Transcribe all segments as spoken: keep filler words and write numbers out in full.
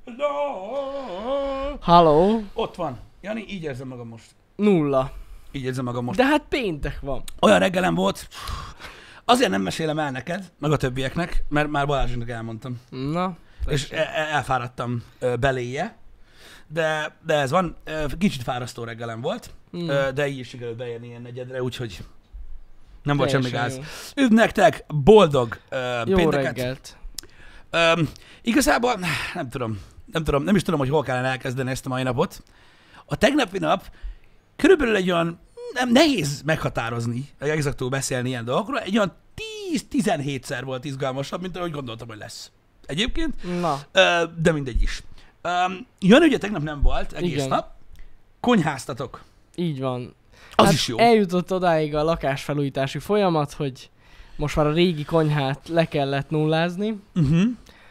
Halló? Ott van. Jani, így érzem magam most. Nulla. Így érzem magam most. De hát péntek van. Olyan reggelem volt, azért nem mesélem el neked, meg a többieknek, mert már Balázsnak elmondtam. Na. És e- e- elfáradtam ö, beléje. De, de ez van, ö, kicsit fárasztó reggelem volt, Hmm. ö, de így is sikerült beérni ilyen negyedre, úgyhogy nem volt semmi Teljesen gáz. Üdv nektek, boldog ö, Jó pénteket. reggelt. Ö, igazából nem tudom, nem tudom, nem is tudom, hogy hol kellene elkezdeni ezt a mai napot. A tegnapi nap körülbelül egy olyan, nem nehéz meghatározni, exaktul beszélni ilyen dolgokról, egy olyan tíz-tizenhétszer volt izgalmasabb, mint ahogy gondoltam, hogy lesz. Egyébként, Na. ö, de mindegy is. Um, Jön, ugye tegnap nem volt egész Igen. nap. Konyháztatok. Így van. Az hát is jó. Eljutott odáig a lakásfelújítási folyamat, hogy most már a régi konyhát le kellett nullázni, Uh-huh.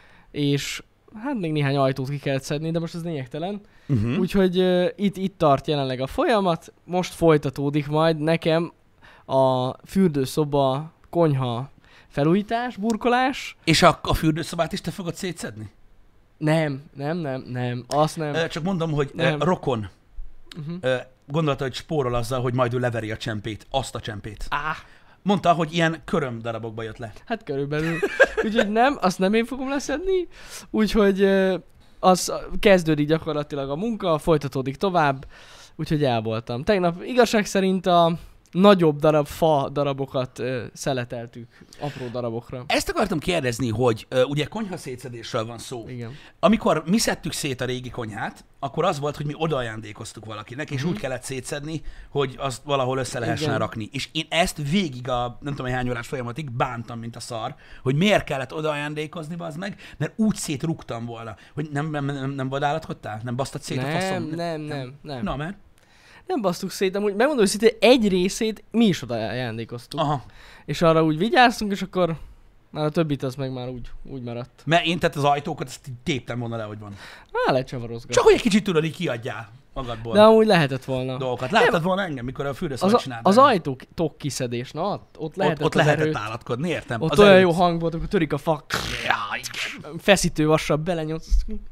és hát még néhány ajtót ki kellett szedni, de most ez lényegtelen. Uh-huh. Úgyhogy uh, itt, itt tart jelenleg a folyamat, most folytatódik majd nekem a fürdőszoba konyha felújítás, burkolás. És a, a fürdőszobát is te fogod szétszedni? Nem, nem, nem, nem, azt nem. Ö, Csak mondom, hogy ö, Nem. rokon Uh-huh. ö, gondolta, hogy spórol azzal, hogy majd ő leveri a csempét, azt a csempét. Á, Mondta, hogy ilyen köröm darabokba jött le. hát körülbelül. Úgyhogy nem, azt nem én fogom leszedni. Úgyhogy ö, az kezdődik gyakorlatilag a munka, folytatódik tovább. Úgyhogy el voltam. Tegnap igazság szerint a nagyobb darab fa darabokat ö, szeleteltük apró darabokra. Ezt akartam kérdezni, hogy ö, ugye konyha szétszedésről van szó. Igen. Amikor mi szedtük szét a régi konyhát, akkor az volt, hogy mi odaajándékoztuk valakinek, és Mhm. úgy kellett szétszedni, hogy azt valahol össze lehessen Igen. rakni. És én ezt végig a nem tudom, hogy hány órás folyamatig bántam, mint a szar, hogy miért kellett odaajándékozni, bazd meg, mert úgy szétrugtam volna, hogy nem, nem, nem, nem vadállatkodtál? Nem basztad szét a faszom? Nem, nem, nem, nem. Na, mert? Nem basztuk szét, amúgy megmondom őszintén, egy részét mi is oda ajándékoztuk. Aha. És arra úgy vigyáztunk, és akkor már a többit az meg már úgy, úgy maradt. Mert én tehát az ajtókat azt így téptem volna le, hogy van. Már lecsavarozgat. Csak hogy egy kicsit tudod, így kiadjál magadból De amúgy lehetett volna. dolgokat. Láttad volna engem, mikor a Az, fürdőszobát a, csináltam? az ajtók kiszedés, na ott, ott lehetett ott, ott az lehetett erőt. állatkodni, értem? Ott Az olyan erőt. jó hang volt, amikor törik a fa, Ja, igen. feszítő vassal belenyomsz.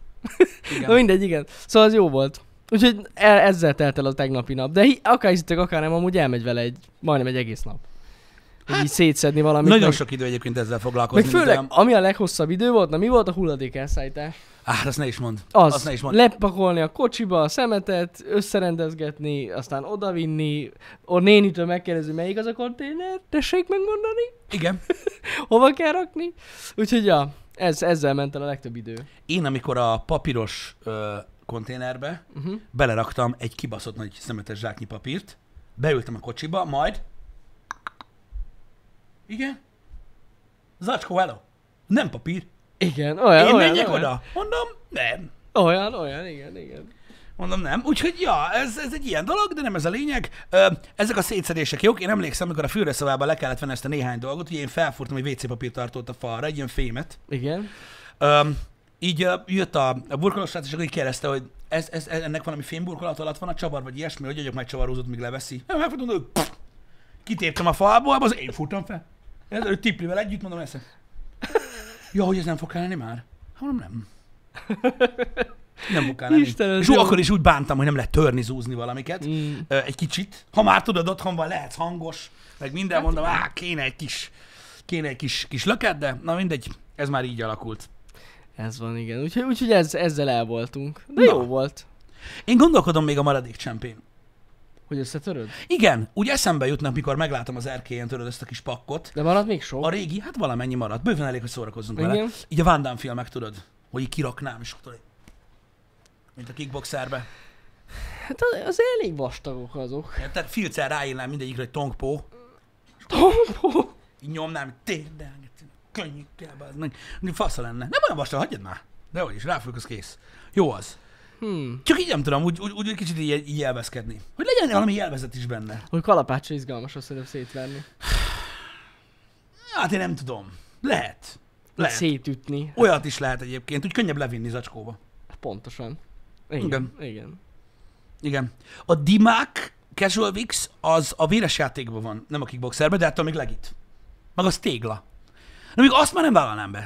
Igen. Na mindegy, igen. Szóval az jó volt. Úgyhogy e- ezzel telt el a tegnapi nap. De hi- akár hiszitek, akár nem, amúgy elmegy vele egy, majdnem egy egész nap. Hogy Hát, így szétszedni valamit. Nagyon meg, sok idő egyébként ezzel foglalkozni. meg főleg, mint olyan- ami a leghosszabb idő volt, na mi volt a hulladék elszállítás? Á, azt ne is mondd. Az, Azt ne is mondd. lepakolni a kocsiba a szemetet, összerendezgetni, aztán odavinni, a nénitől megkérdezni, melyik az a konténer, tessék megmondani, Igen. hova kell rakni. Úgyhogy ja, ez, ezzel ment el a legtöbb idő. Én, amikor a papíros ö, konténerbe Uh-huh. beleraktam egy kibaszott nagy szemetes zsáknyi papírt, beültem a kocsiba, majd... Igen? Zacskó, hello. Nem papír. Igen, olyan, Én olyan, menjek olyan, oda? Mondom, nem. olyan, olyan, igen, igen. Mondom, nem. Úgyhogy, ja, ez, ez egy ilyen dolog, de nem ez a lényeg. Ö, ezek a szétszedések jók. Én emlékszem, amikor a fürdőszobában le kellett venni ezt a néhány dolgot, hogy én felfúrtam egy vé cé papírtartót a falra, egy ilyen fémet. Igen. Ö, így ö, jött a, a burkolós srác, és akkor így kérdezte, hogy ez, ez, ennek valami fémburkolat alatt van a csavar, vagy ilyesmi, hogy vagyok megcsavarózott, míg leveszi. Ja, megmondom, hogy pff, kitéptem a falból, az én futtam fel. Ez ő tiplivel együtt, mondom, ezt. Ja, hogy ez nem fog kelleni már? Hát mondom, nem. Nem fog kelleni. Isten, ez És jó. akkor is úgy bántam, hogy nem lehet törni, zúzni valamiket. Mm. Ö, egy kicsit. Ha már tudod, otthon van, lehetsz hangos, meg minden, Hát mondom, á, kéne egy kis, kéne egy kis, kis löket, de na mindegy, ez már így alakult. Ez van, igen. Úgyhogy, úgyhogy ez, ezzel el voltunk. De Na. jó volt. Én gondolkodom még a maradék csempén. Hogy összetöröd? Igen, úgy eszembe jutnak, mikor meglátom az erkélyen, tudod, ezt a kis pakkot. De marad még sok. A régi, hát valamennyi maradt. Bőven elég, hogy szórakozzunk vele. Igen. Így a Van Damme filmek, tudod, hogy így kiraknám, és tudod, mint a kickboxerbe. Hát az, az elég vastagok azok. Tehát filccel ráírnám mindegyikre, hogy tongpó, Tompó. így nyomnám, hogy térdelget, könnyű kell, bazd meg. Fasza lenne. Nem olyan vastag, hagyjad már. De hogy is, ráfülök, az kész. Jó az. Hmm. Csak így nem tudom, úgy, úgy, úgy egy kicsit így, így élvezkedni. Hogy legyen valami élvezet is benne. Hogy kalapáccsal izgalmas azt szerintem szétverni. Hát én nem tudom. Lehet. Lehet. Lehet. Szétütni. Olyat is lehet egyébként, úgy könnyebb levinni zacskóba. Pontosan. Igen. Igen. Igen. Igen. A Dimák Casual Vix az a véres játékban van, nem a kickboxerben, de attól még legit. Meg az tégla. Na még azt már nem vállalnám be.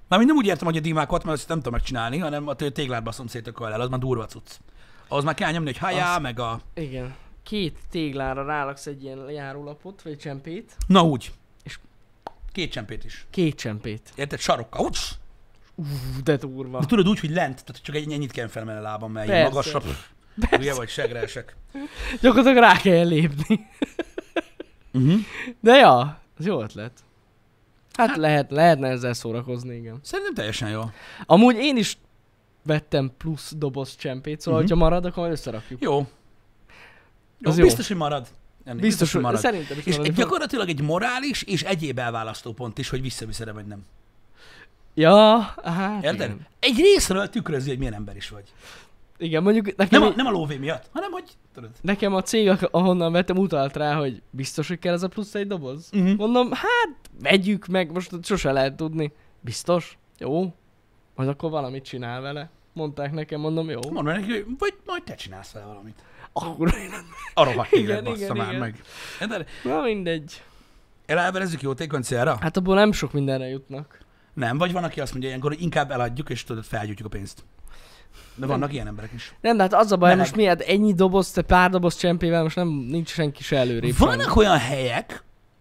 Mármint nem úgy értem, hogy a dímákat, mert azt nem tudom megcsinálni, hanem a téglát baszom szét a kajlál, az már durva cucc. Ahhoz már kell nyomni, hogy hajá, Az- meg a... Igen. Két téglára rálaksz egy ilyen járólapot, vagy csempét. Na úgy. És- Két csempét is. Két csempét. Érted? Sarokkal. Úgy. Ú, de durva. De tudod úgy, hogy lent, tehát csak egy ennyit kell felmenni a lábam, mert így Persze. magasra. Persze. Ugye vagy segre esek. Gyakorlatilag rá kell lépni. Uh-huh. De ja, az jó ötlet. Hát, hát lehet, lehetne ezzel szórakozni, igen. Szerintem teljesen jó. Amúgy én is vettem plusz doboz csempét, szóval Mhm. hogyha marad, akkor majd összerakjuk. Jó. Jó, Az jó. biztos, hogy marad. Ennél Biztos, hogy marad. szerintem is És maradni egy fog. gyakorlatilag egy morális és egyéb elválasztó pont is, hogy visszaviszed vagy nem. Ja, hát Érted? igen. Egy részről tükrözi, hogy milyen ember is vagy. Igen, mondjuk nekem, Nem a, így- nem a lóvé miatt, hanem hogy tudod. nekem a cég, ahonnan vettem, utalt rá, hogy biztos, hogy kell ez a plusz egy doboz. Uh-huh. Mondom, hát vegyük meg, most sose lehet tudni. Biztos? Jó. Majd akkor valamit csinál vele. Mondták nekem, mondom, jó. Mondom neki, hogy vagy majd te csinálsz vele valamit. Akkor A rohadt Igen, élet bassza igen, már igen. meg. Érted? na mindegy. Elelverezzük jótékony célra? Hát abból nem sok mindenre jutnak. Nem, vagy van, aki azt mondja ilyenkor, hogy inkább eladjuk, és tudod, felgyújtjuk a pénzt. De vannak ilyen emberek is. Nem, de hát az a baj, Meleg. most miért ennyi doboz, te pár doboz csempével, most nem, nincs senki se előrébb. Vannak sajnos. olyan helyek,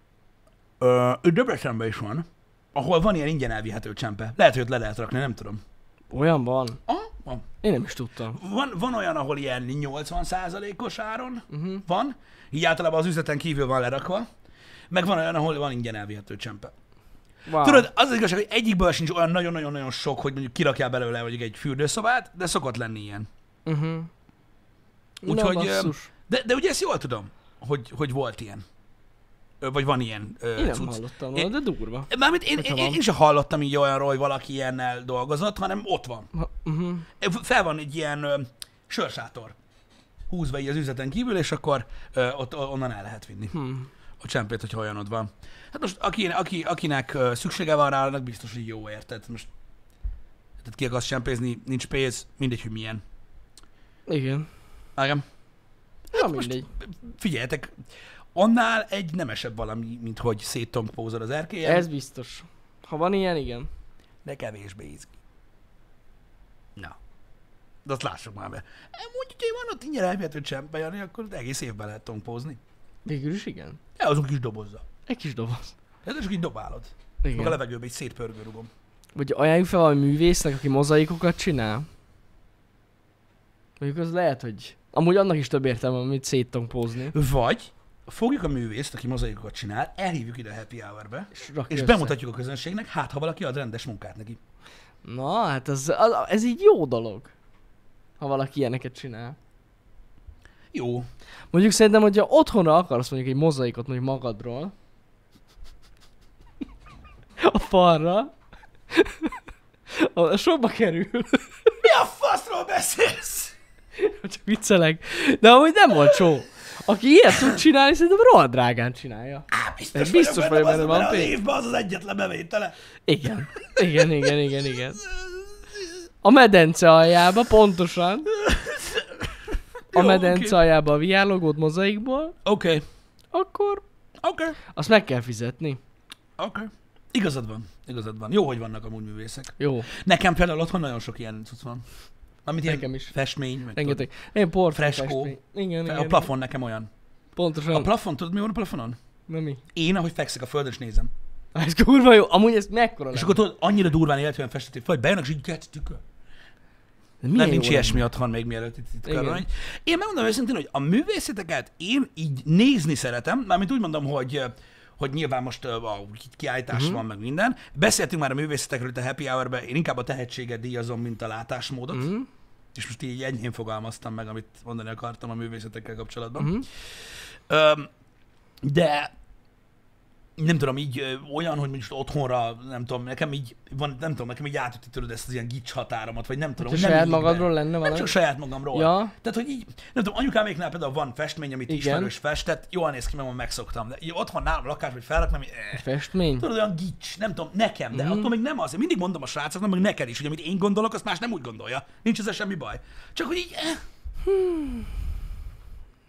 ö, Debrecenben is van, ahol van ilyen ingyen elvihető csempe. Lehet, hogy ott le lehet rakni, nem tudom. Olyan van? Ah, van. Én nem is tudtam. Van, van olyan, ahol ilyen nyolcvan százalékos áron Uh-huh. van, így általában az üzleten kívül van lerakva, meg van olyan, ahol van ingyen elvihető csempe. Wow. Tudod, az az igazság, hogy egyikből sincs olyan nagyon-nagyon-nagyon sok, hogy mondjuk kirakjál belőle mondjuk egy fürdőszobát, de szokott lenni ilyen. Uh-huh. Úgyhogy, Na, ö, basszus. De, de ugye ezt jól tudom, hogy, hogy volt ilyen. Ö, Vagy van ilyen ö, Én nem cucc. hallottam Én- róla, de durva. Mármint én, Hogyha én, én van. sem hallottam így olyanról, hogy valaki ilyennel dolgozott, hanem ott van. Ha, uh-huh. Fel van egy ilyen ö, sörsátor húzva így az üzleten kívül, és akkor ö, ott onnan el lehet vinni Hmm. a csempét, hogyha olyanod van. Hát most aki, aki, akinek ö, szüksége van rá, annak biztos, hogy jó érted. Most tehát ki akarsz csempézni, nincs pénz, mindegy, hogy milyen. Igen. Igen. Na most- mindegy. Figyeljetek, annál egy nemesebb valami, mint hogy széttongpózol az erkélyen, Ez biztos. Ha van ilyen, igen. de kevésbé izgi. Na. De azt lássuk már be. Amúgy, hogyha van ott ingyen elvihető csempe, Jani, akkor egész évben lehet tongpózni. Végül is igen. Elhozunk kis dobozza. Egy kis doboz. Ez csak így dobálod. Meg a Igen. levegőbe egy szétpörgő rugom. Vagy ajánljuk fel valami művésznek, aki mozaikokat csinál. Mondjuk az lehet, hogy... Amúgy annak is több értelme, van, mint széttongpózni. Vagy fogjuk a művészt, aki mozaikokat csinál, elhívjuk ide a happy hour-be, És, rakja és össze. bemutatjuk a közönségnek, hát ha valaki ad rendes munkát neki. Na, hát az, az, ez így jó dolog. Ha valaki ilyeneket csinál. Jó. Mondjuk szerintem, hogyha otthonra akarsz mondjuk egy mozaikot mondjuk magadról, a falra, a sokba kerül, Mi a faszról beszélsz? csak viccelek, de amúgy nem olcsó. Aki ilyet tud csinálni, szerintem rohadt drágán csinálja. Á, biztos, Biztos vagyok benne, az, van mert az pénz. évben az az egyetlen bevétele. Igen. Igen, igen, igen, igen. A medence aljába, pontosan. A Jó, medence oké. aljába a vé er logót mozaikból, Oké, okay. akkor oké, okay. azt meg kell fizetni. oké. Okay. Igazad van, igazad van. Jó, hogy vannak amúgy művészek. Jó, Nekem például otthon nagyon sok ilyen cucc van. Amit ilyen nekem is. festmény, meg Rengeteg. Én portré Freskó. festmény. Igen, tudod, igen. a plafon nekem olyan. Pontosan. A plafon, tudod mi van a plafonon? Na mi? Én, ahogy fekszek a földön, és nézem. Ez kurva jó. Amúgy ez mekkora És lenne. akkor tudod, annyira durván élhetően festették fel, hogy bejönnek, és így kert tükör. De Nem milyen nincs jó ilyesmi lenne. otthon még mielőtt itt, itt Igen. körülmegy. Én megmondom őszintén, hogy a művészeteket én így nézni szeretem, mármint úgy mondom, hogy hogy nyilván most uh, a kiállítás Mhm. uh-huh. van, meg minden. Beszéltünk már a művészetekről itt a Happy Hour-ben, én inkább a tehetséget díjazom, mint a látásmódot. Mhm. És most így enyhén fogalmaztam meg, amit mondani akartam a művészetekkel kapcsolatban. Mhm. Öm, de nem tudom, így ö, olyan, hogy most otthonra, nem tudom, nekem így van, nem tudom, nekem így átüti tőled ezt az ilyen gics határomat, vagy nem tudom. Ha hogy nem saját illik be. magadról lenne Nem valami? csak saját magamról. Ja. Tehát, hogy így, nem tudom, anyukáméknál például van festmény, amit Igen. ismerős festett, jól néz ki, mert már megszoktam. De így otthon nálam lakás, vagy felraknám, hogy eh. Festmény? Tudod, olyan gics, nem tudom, nekem, de Mhm. attól még nem az. Én mindig mondom a srácoknak, meg neked is, hogy amit én gondolok, azt más nem úgy gondolja. Nincs ezzel semmi baj. Csak hogy így, eh.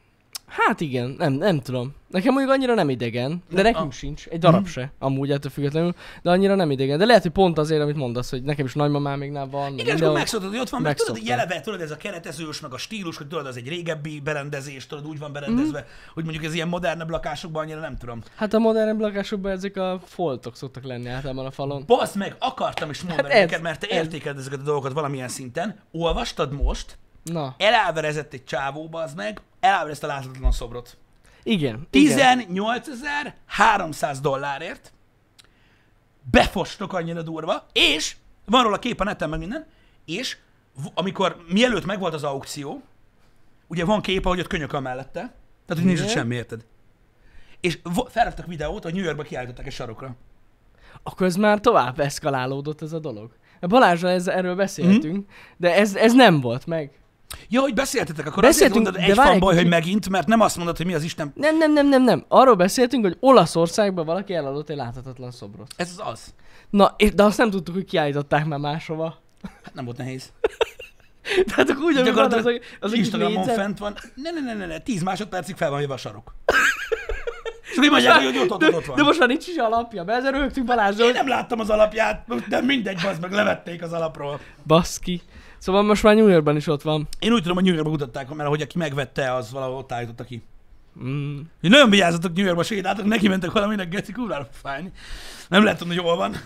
Hát igen, nem, nem tudom. Nekem mondjuk annyira nem idegen, de Ne, nekünk a... sincs, egy darab Mhm. se, amúgy ettől függetlenül, de annyira nem idegen. De lehet, hogy pont azért, amit mondasz, hogy nekem is nagymamáméknál van. Igen, és akkor mindenhol- megszoktad, hogy ott van, mert tudod, megszoktam. jeleve, tudod, ez a keretezős, meg a stílus, hogy tudod, az egy régebbi berendezés, tudod, úgy van berendezve, mm. hogy mondjuk ez ilyen modernebb lakásokban annyira nem tudom. Hát a modern lakásokban ezek a foltok szoktak lenni általában a falon. Bazd meg, akartam is mondani Hát ez, neked, mert te ez. értékeled ezeket a dolgokat valamilyen szinten. Olvastad most, Na, eláverezett egy csávó, bazd meg, eláverezett a láthatatlan szobrot. igen. igen. tizennyolcezer-háromszáz dollárért befostok annyira durva, és van róla kép a neten, meg minden, és v- amikor, mielőtt megvolt az aukció, ugye van kép, ahogy ott könyök a mellette, tehát hogy nincs ott Igen. semmi, érted? És vo- felraktak videót, hogy New Yorkba kiállították egy sarokra. Akkor ez már tovább eszkalálódott ez a dolog. Balázsral ez, erről beszéltünk, mm. de ez, ez nem volt meg. Ja, hogy beszéltetek, akkor Beszéltünk, azért mondod, de egy várj fan baj, egy hogy kicsit. megint, mert nem azt mondod, hogy mi az Isten. Nem, nem, nem, nem, nem. Arról beszéltünk, hogy Olaszországban valaki eladott egy láthatatlan szobrot. Ez az az. Na, és, de azt nem tudtuk, hogy kiállították már máshova. Hát nem volt nehéz. Tehát akkor úgy, amikor van az, Gyakorlatilag az, az egy Instagramon négyzet. fent van. Ne, ne, ne, ne, ne, tíz másodpercig fel van jövő a sarok. És úgy mondják, hogy ott, ott, ott, ott van. De most már nincs is alapja, be ezzel rögtünk Balázsral. Én nem láttam az alapját, de mindegy, bazd meg, levették az alapról. Baszki. Szóval most már New Yorkban is ott van. Én úgy tudom, hogy New Yorkba mutatták, mert ahogy aki megvette, az valahol ott állította ki. Mm. Hogy nagyon vigyázzatok, New Yorkba sétáltak, neki mentek valaminek, geci, kurvára fájni. Nem lehet tudni, hogy hol van.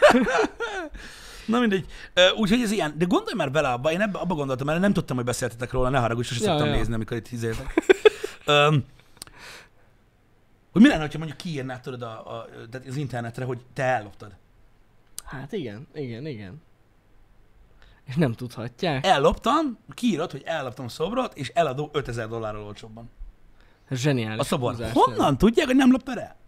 Na mindegy. Ö, Úgyhogy ez ilyen. De gondolj már bele abba, én ebbe, abba gondoltam, mert nem tudtam, hogy beszéltetek róla, ne haragudj, sose Ja, szoktam ja. nézni, amikor itt izéltek. Öm, hogy mi lenne, ha mondjuk kiírnád tudod a, a, tehát az internetre, hogy te elloptad. Hát igen, igen, igen. És nem tudhatják. Elloptam, kiírod, hogy elloptam a szobrot, és eladó ötezer dollárral olcsóbban. Ez zseniális. A szobor. húzás Honnan lenne. tudják, hogy nem loptad el?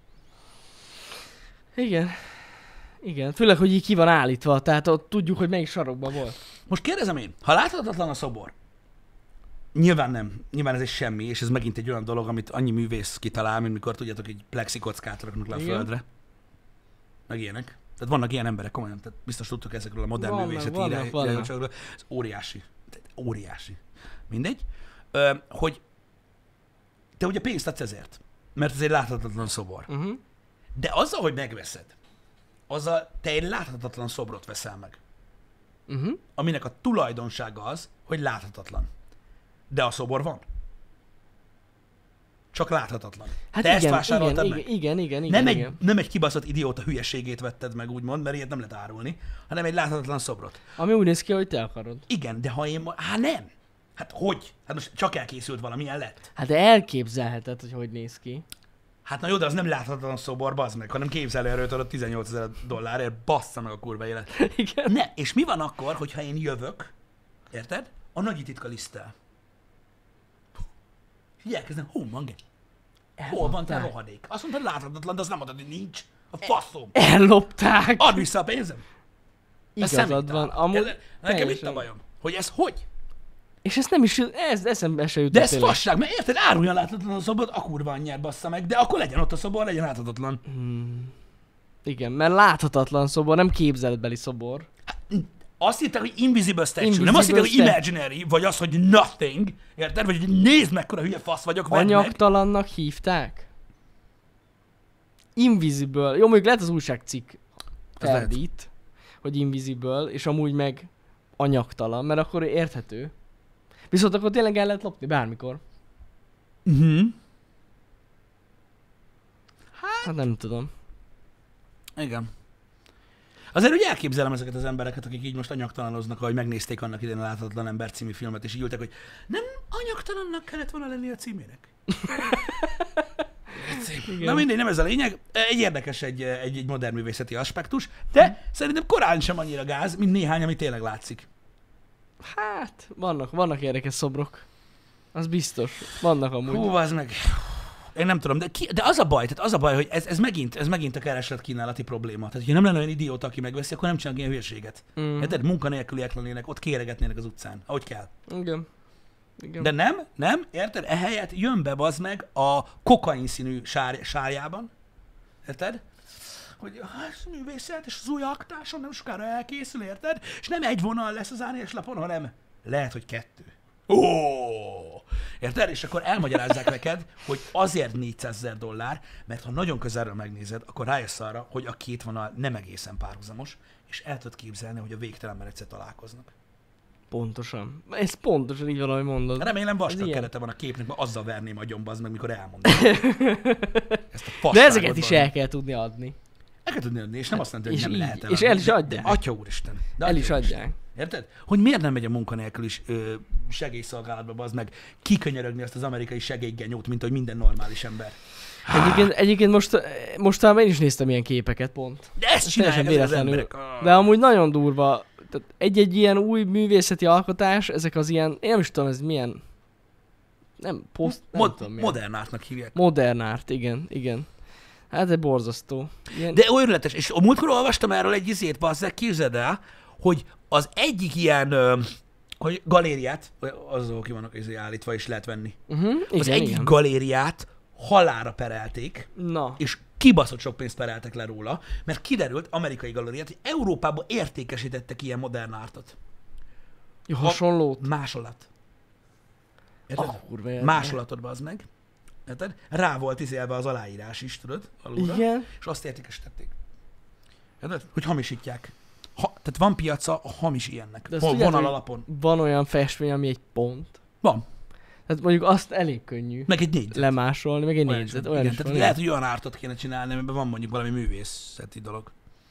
Igen. Igen, főleg, hogy így ki van állítva, tehát ott tudjuk, hogy melyik sarokban volt. Most kérdezem én, ha láthatatlan a szobor, nyilván nem, nyilván ez egy semmi, és ez megint egy olyan dolog, amit annyi művész kitalál, mint mikor tudjátok, egy plexikockát raknak le a Igen. földre. Meg ilyenek. Tehát vannak ilyen emberek, komolyan, tehát biztos tudtok ezekről a modern Vannak, művészeti vannak, irány- vannak. irányultságokról. Ez óriási. Tehát óriási. Mindegy. Ö, hogy te ugye pénzt adsz ezért, mert ez egy láthatatlan szobor. Uh-huh. De azzal, hogy megveszed, azzal te egy láthatatlan szobrot veszel meg, Uh-huh. aminek a tulajdonsága az, hogy láthatatlan. De a szobor van. Csak láthatatlan. Hát te igen, ezt vásároltad igen, meg. igen, igen, igen, igen, nem, egy, igen. nem egy kibaszott idióta hülyeségét vetted meg, úgymond, mert ilyet nem lehet árulni, hanem egy láthatatlan szobrot. Ami úgy néz ki, hogy te akarod. Igen, de ha én ma... Hát nem. Hát hogy? Hát most csak elkészült valamilyen lett. Hát de elképzelheted, hogy hogy néz ki. Hát na jó, de az nem láthatatlan szobor, bazd meg, hanem képzelőerőt adott tizennyolcezer dollárért, bassza meg a kurva élet. Igen. Ne, és mi van akkor, hogyha én jövök, érted? A nagy titka liszttel. És így elkezdem, hú, mange. Hol van te Ellopták. rohadék? Azt mondtad láthatatlan, de azt nem mondod, hogy nincs. A faszom. Ellopták! Add vissza a pénzem. Ez Igazad személytelen. van. Amúgy Ez- Nekem itt a teljesen. bajom, hogy ez hogy? És ezt nem is, ez eszembe se jutott De ez tényleg. fasság, mert érted, árulja láthatatlan a szobrot, a kurva anyját bassza meg, de akkor legyen ott a szobor, legyen láthatatlan. Igen, mert láthatatlan szobor, nem képzeletbeli szobor. Azt írták, hogy invisible statue, Invisible nem azt írták, hogy statue. imaginary, vagy az, hogy nothing, érted? Vagy hogy nézd mekkora hülye fasz vagyok, vedd meg. Anyagtalannak hívták? Invisible. Jó, mondjuk lehet az újságcikk Az lehet. ferdít, hogy invisible, és amúgy meg anyagtalan, mert akkor érthető. Viszont akkor tényleg el lehet lopni bármikor. Uh-huh. Hát nem tudom. Igen. Azért úgy elképzelem ezeket az embereket, akik így most anyagtalanoznak, ahogy megnézték annak idején a Láthatatlan Ember című filmet, és így ültek, hogy nem anyagtalannak kellett volna lenni a címének. Igen. Na mindegy, nem ez a lényeg. Egy érdekes egy, egy, egy modern művészeti aspektus, de szerintem korán sem annyira gáz, mint néhány, ami tényleg látszik. Hát, vannak, vannak érdekes szobrok. Az biztos. Vannak amúgy. Hú, az meg... Én nem tudom, de, ki, de az a baj, tehát az a baj, hogy ez, ez, megint, ez megint a kereslet-kínálati probléma. Tehát, ha nem lenne olyan idióta, aki megveszi, akkor nem csinálnak ilyen hülyeséget. Mm. Érted? Munkanélküliek lennének, ott kéregetnének az utcán, ahogy kell. Igen. Igen. De nem, nem, érted? Ehelyett jön be, bazd meg, a kokain színű sár, sárjában. Érted? Hogy hát, művészet, és az új aktáson nem sokára elkészül, érted? És nem egy vonal lesz az á négyes lapon, hanem lehet, hogy kettő. Ó! Érted? És akkor elmagyarázzák neked, hogy azért négyszázezer dollár, mert ha nagyon közelről megnézed, akkor rájössz arra, hogy a két vonal nem egészen párhuzamos, és el tudod képzelni, hogy a végtelenben egyszer találkoznak. Pontosan. Ez pontosan így van, ahogy mondod. Remélem vastag kerete van a képnek, mert azzal verném agyomba az meg, mikor elmondom. Ezt a De ezeket is el kell tudni adni. El kell tudni adni, és nem azt mondta, hogy és nem így, lehet el. És el is adják. De, de atya úristen. De el is adják. Érted? Hogy miért nem megy a munkanélkül is ö, segélyszolgálatba, az meg kikönyörögni azt az amerikai segélygenyót, mint hogy minden normális ember. Egyébként, egyébként most, mostanában én is néztem ilyen képeket pont. De ezt csinálják ezek az emberek. De amúgy nagyon durva. Tehát egy-egy ilyen új művészeti alkotás, ezek az ilyen, én nem is tudom, ez milyen, nem, poszt, nem Mod- tudom milyen. Modern artnak hívják. Modern art, igen, igen. Hát ez borzasztó. Ilyen... De olyan örületes, és a múltkor olvastam erről egy izét, bazzeg, képzeld el, hogy az egyik ilyen, ö, hogy galériát, azok, ki vannak izé állítva, és lehet venni. Uh-huh, igen, az egyik igen. galériát halálra perelték, Na. és kibaszott sok pénzt pereltek le róla, mert kiderült, amerikai galériát, hogy Európában értékesítettek ilyen modern artot. Jó, hasonlót. Másolat. Érted? Ah, kurva érde. Másolatod, az meg. Érted? Rá volt izélve az aláírás is, tudod? Alulra, Igen. és azt értékesítették. Érted? Hogy hamisítják. Ha, tehát van piaca a hamis ilyennek. De azt Hol, tudjátok, vonal hogy alapon. Van olyan festmény, ami egy pont. Van. Tehát mondjuk azt elég könnyű Meg egy négyzet. lemásolni, meg egy Olyan négyzet. is van. Olyan Igen, is tehát van, lehet, igen. hogy olyan ártot kéne csinálni, amiben van mondjuk valami művészeti dolog.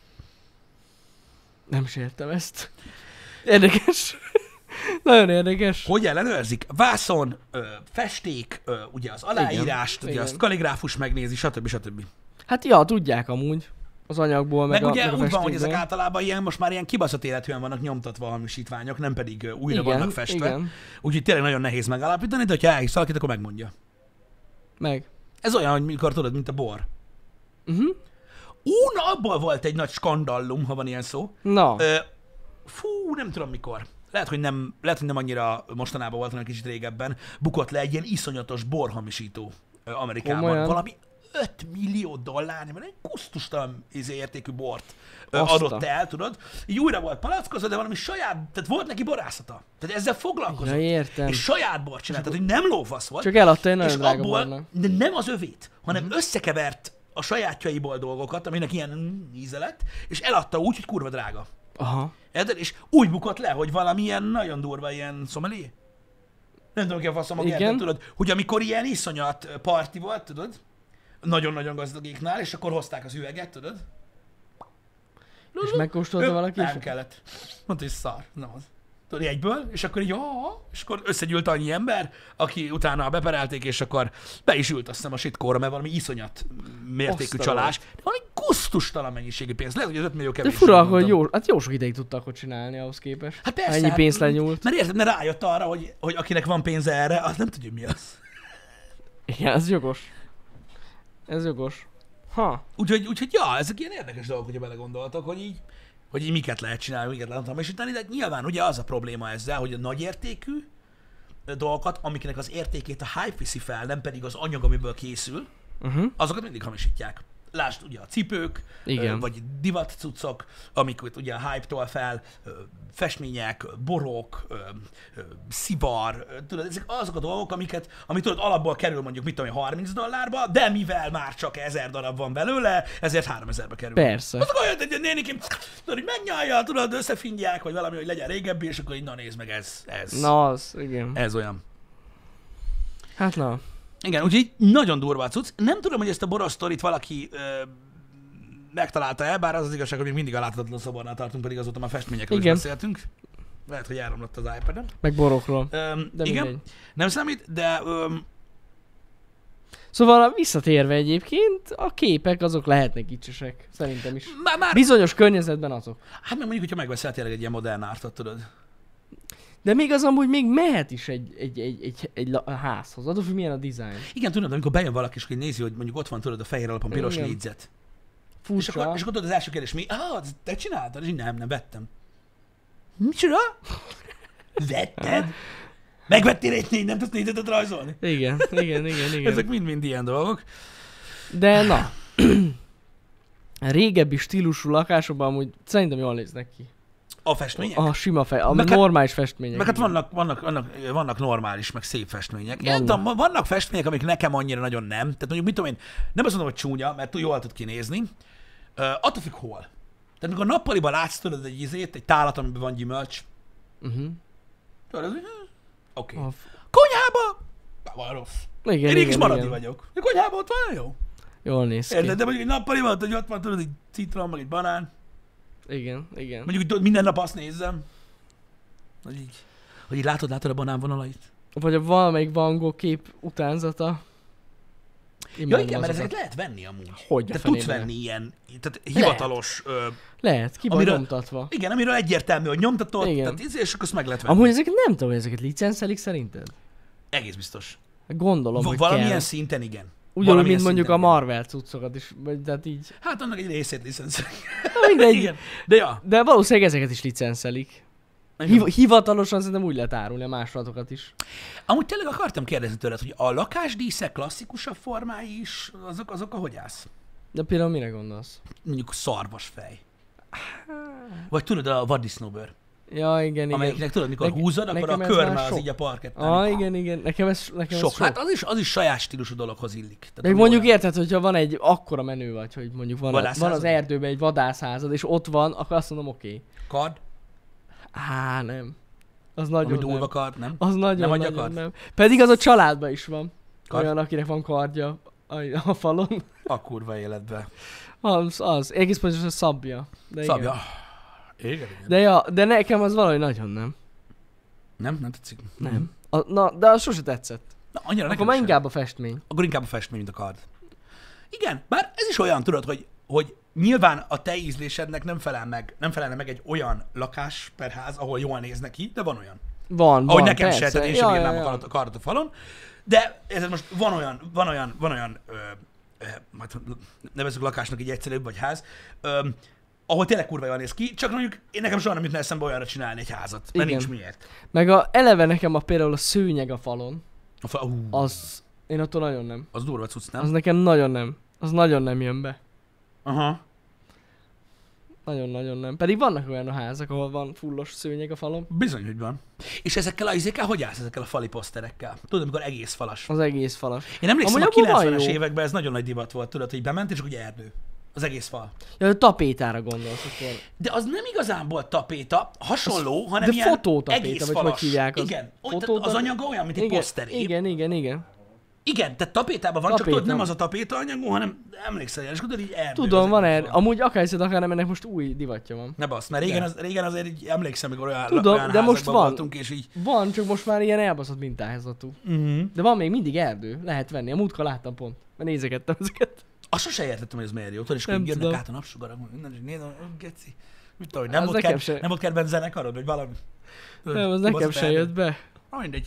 Nem is értem ezt. Érdekes. Nagyon érdekes. Hogy ellenőrzik? Vászon, ö, festék, ö, ugye az aláírást, Igen, ugye igen. azt kalligráfus megnézi, stb. stb. Hát ja, tudják amúgy. Az anyagból, meg, Meg, a, ugye meg a úgy van, hogy ezek festékből. általában ilyen, most már ilyen kibaszott életűen vannak nyomtatva a hamisítványok, nem pedig ö, újra Igen, vannak festve. igen. Úgyhogy tényleg nagyon nehéz megállapítani, de ha elhisz valakit, akkor megmondja. Meg. Ez olyan, hogy mikor tudod, mint a bor. Uh-huh. Ú, na abból volt egy nagy skandallum, ha van ilyen szó. Na. Ö, fú, nem tudom mikor. Lehet, hogy nem, lehet, hogy nem annyira mostanában volt, hanem kicsit régebben. Bukott le egy ilyen iszonyatos borhamisító ö, Amerikában. Komolyan? Valami öt millió dollárnyi, mert egy kusztustalan izé értékű bort ö, Azt a- adott el, tudod. Így újra volt palackozva, de valami saját, tehát volt neki borászata. Tehát ezzel foglalkozott. Ja, értem. És saját bort csinált, tehát hogy nem lófasz volt. Csak eladta egy és nagyon drága abból, bornak. de nem az övét, hanem Mhm. uh-huh. összekevert a sajátjaiból dolgokat, aminek ilyen mm, íze lett, és eladta úgy, hogy kurva drága. Aha. Érted? És úgy bukott le, hogy valami ilyen nagyon durva ilyen szomelié. Nem tudom, ki a faszom a Igen. kérdet, tudod, hogy amikor ilyen iszonyat ö, parti volt, tudod, nagyon-nagyon gazdagéknál, és akkor hozták az üveget, tudod. És megkóstolta Ő- valaki is? Nem kellett. Mondta, hogy szar. Nem az. Tudod, egyből, és akkor így, ah, és akkor összegyűlt annyi ember, aki utána beperelték, és akkor be is ült azt hiszem a sitkóra, mert valami iszonyat mértékű Azt a csalás. De valami gusztustalan mennyiségű pénz. Lehet, hogy az öt millió De kevés. fura, mondtam. hogy jó, hát jó sok ideig tudtak hogy csinálni ahhoz képest. Hát persze, Ennyi hát, pénzt lenyúlt. Mert érted, mert rájött arra, hogy, hogy akinek van pénze erre, az nem tudja, mi az. Igen, ez jogos. Ez jogos. Ha. Úgyhogy, úgyhogy ja, ezek ilyen érdekes dolgok, hogyha belegondoltak, hogy így, hogy így miket lehet csinálni, miket lehet hamisítani, de nyilván ugye az a probléma ezzel, hogy a nagyértékű dolgokat, amiknek az értékét a hype viszi fel, nem pedig az anyag, amiből készül, Uh-huh. azokat mindig hamisítják. Lásd ugye a cipők, Igen. ö, vagy divat cuccok, amiket ugye a hype-tól fel, ö, festmények, borok, ö, ö, szivar, ö, tudod, ezek azok a dolgok, amiket, amit tudod, alapból kerül mondjuk, mit tudom én, harminc dollárba, de mivel már csak ezer darab van belőle, ezért háromezerbe kerül. Persze. Azok olyan, hogy egy nénikim, tudod, hogy megnyálja, tudod, összefinják, vagy valami, hogy legyen régebbi, és akkor így, na nézd meg, ez, ez, Na az, igen. ez olyan. Hát na. Igen, úgyhogy nagyon durva a cucc. Nem tudom, hogy ezt a boros sztorit valaki ö, megtalálta el, bár az az igazság, hogy még mindig a láthatatlan szobornál tartunk, pedig azóta már festményekről is Igen. beszéltünk. Lehet, hogy elromlott az iPad-em. Meg borokról. Öm, De igen, mindegy. nem számít, de öm, Szóval visszatérve egyébként, a képek azok lehetnek kicsesek. Szerintem is. már, már Bizonyos környezetben azok. hát meg mondjuk, hogyha megveszel tényleg egy ilyen modern ártot, tudod. De még az amúgy még mehet is egy, egy, egy, egy, egy la- házhoz. Attól, hogy milyen a dizájn. Igen, tudod, amikor bejön valaki, és hogy nézi, hogy mondjuk ott van, tudod, a fehér alapon piros Igen. négyzet. És Furcsa. akkor, és akkor tudod, az első kérdés, mi? Ah, te csináltad? És így nem, nem vettem. Micsoda? Vetted? Megvettél egy négy, nem tudsz négyzetet rajzolni? Igen, igen, igen, igen. Ezek mind-mind ilyen dolgok. De na. Régebbi stílusú lakásokban amúgy szerintem jól néznek ki. A festmények? A sima fej, a Meg hát- normális festmények. Meg hát vannak, vannak, vannak, vannak normális, meg szép festmények. Én Vannak. nem tudom, vannak festmények, amik nekem annyira nagyon nem. Tehát mondjuk, mit tudom én, nem azt mondom, hogy csúnya, mert túl jól tud kinézni. Uh, attól függ hol. Tehát amikor nappaliban látsz tőled egy izét, egy tálat, amiben van gyümölcs, Uh-huh. tudod, ez úgy, hm, oké. A... Okay. Konyhába, van rossz. Igen, Én igen, is maradi igen. vagyok. A konyhában ott van jó. Jól néz ki. Érted, de mondjuk egy nappaliban, hogy ott van tudod, egy citrom, meg egy banán. Igen, igen. Mondjuk, hogy tudod, minden nap azt nézzem. Hogy így, hogy így látod, látod a banánvonalait. Vagy a valamelyik Van Gogh kép utánzata. Ja Imádom igen, mert azokat. ezeket lehet venni amúgy. Hogy Te a tudsz fenében? venni ilyen, tehát hivatalos, ö, Lehet, ki van Amiről- nyomtatva. igen, amiről egyértelmű, hogy nyomtatod, Igen. tehát íz, és akkor azt meg lehet venni. Amúgy ezeket nem tudom, hogy ezeket licenszelik szerinted? Egész biztos. Gondolom, Va- hogy valamilyen kell. szinten igen. Ugyanúgy, valamilyen mint mondjuk a szinten igen. Marvel cuccokat is, vagy tehát így. Hát annak egy részét licenszelik. Na mindegy. Igen. De ja. De valószínűleg ezeket is licenszelik. Hiv- hivatalosan szerintem úgy lehet árulni a másolatokat is. Amúgy tényleg akartam kérdezni tőled, hogy a lakásdíszek klasszikusabb formái is, azok, azok a hogy állsz? De például mire gondolsz? Mondjuk szarvasfej. Vagy tudod, a vaddisznóbőr. Ja, igen, igen. Amelyiknek tudod, mikor Neke- húzod, akkor a nekem ez körme már az sok. így a parketten. Ah, igen, igen. Nekem ez, nekem Sok. ez sok. Hát az is, az is saját stílusú dologhoz illik. Tehát Meg ami mondjuk olyan- érted, hogyha van egy akkora menő vagy, hogy mondjuk van, a, Vadászházad? van az erdőben egy vadászházad, és ott van, akkor azt mondom, oké. Okay. Kard, Á, nem. Az nagyon ami nem. durva kard, nem? Az nagyon, Nem adja nagyon kard? nem. Pedig az a családban is van. Kard? Olyan, akinek van kardja a, a falon. A kurva életbe. Az, az. Egész pontosan szabja. De igen. Szabja. Igen, igen. De, ja, de nekem az valahogy nagyon nem. Nem? Nem tetszik? Nem. A, na, de az sose tetszett. Na, annyira Akkor nekem már sem. inkább a festmény. Akkor inkább a festmény, mint a kard. Igen, bár ez is olyan, tudod, hogy, hogy nyilván a te ízlésednek nem felel meg, nem felelne meg egy olyan lakás per ház, ahol jól néznek ki, de van olyan. Van, Ahogy van, nekem se, persze. tehát én sem Ja, írnám ja, a ja. kardot- a kardot a falon, de ez most van olyan, van olyan, van olyan, ö, ö, hát nevezzük lakásnak egy egyszerűbb vagy ház, ö, ahol tényleg kurva jól néz ki, csak mondjuk én nekem soha nem jutna eszembe olyanra csinálni egy házat, mert Igen. nincs miért. Meg a, eleve nekem a például a szőnyeg a falon, A fa, uh, az, én attól nagyon nem. az durva cucc, nem? Az nekem nagyon nem. Az nagyon nem jön be. Aha. Nagyon-nagyon nem. Pedig vannak olyan a házak, ahol van fullos szőnyeg a falon. Bizony, hogy van. És ezekkel a izékkel hogy állsz ezekkel a fali poszterekkel? Tudod, amikor egész falas. Az egész falas. Én emlékszem, Amúgy a abban van kilencvenes jó. években ez nagyon nagy divat volt, tudod, hogy bement, és ugye erdő. Az egész fal. Ja, a tapétára gondolsz akkor. De az nem igazán volt tapéta, hasonló, hanem de ilyen fotótapéta, egész vagy hogy falas. hívják az- Igen, olyan, tehát fotótapéta? az anyaga olyan, mint egy Igen, poszteré. igen, igen, igen. Igen, tehát tapétában van, Tapéta. csak tudod, nem az a tapéta anyagú, hanem emlékszel, és tudod, így erdő. Tudom, az van egész erre. fal. Amúgy akár hiszed, akár nem, ennek most új divatja van. Ne basz, mert régen, De. az, régen azért így emlékszem, amikor olyan, Tudom, olyan de most házakban van. voltunk, és így... Van, csak most már ilyen elbaszott mintázatú. Uh-huh. De van még mindig erdő, lehet venni. A múltkor láttam pont, mert nézegettem ezeket. Azt sose értettem, hogy ez miért jó, tudod, és Nem akkor így jönnek tudom. át a napsugarak, minden, és nézem, hogy geci. Mit tudom, hogy nem Az volt, nekem ked, se- nem volt kedvenc zenekarod, vagy valami? Tudod, Nem, az kibaszott nekem se erdő. jött be. Ah, mindegy.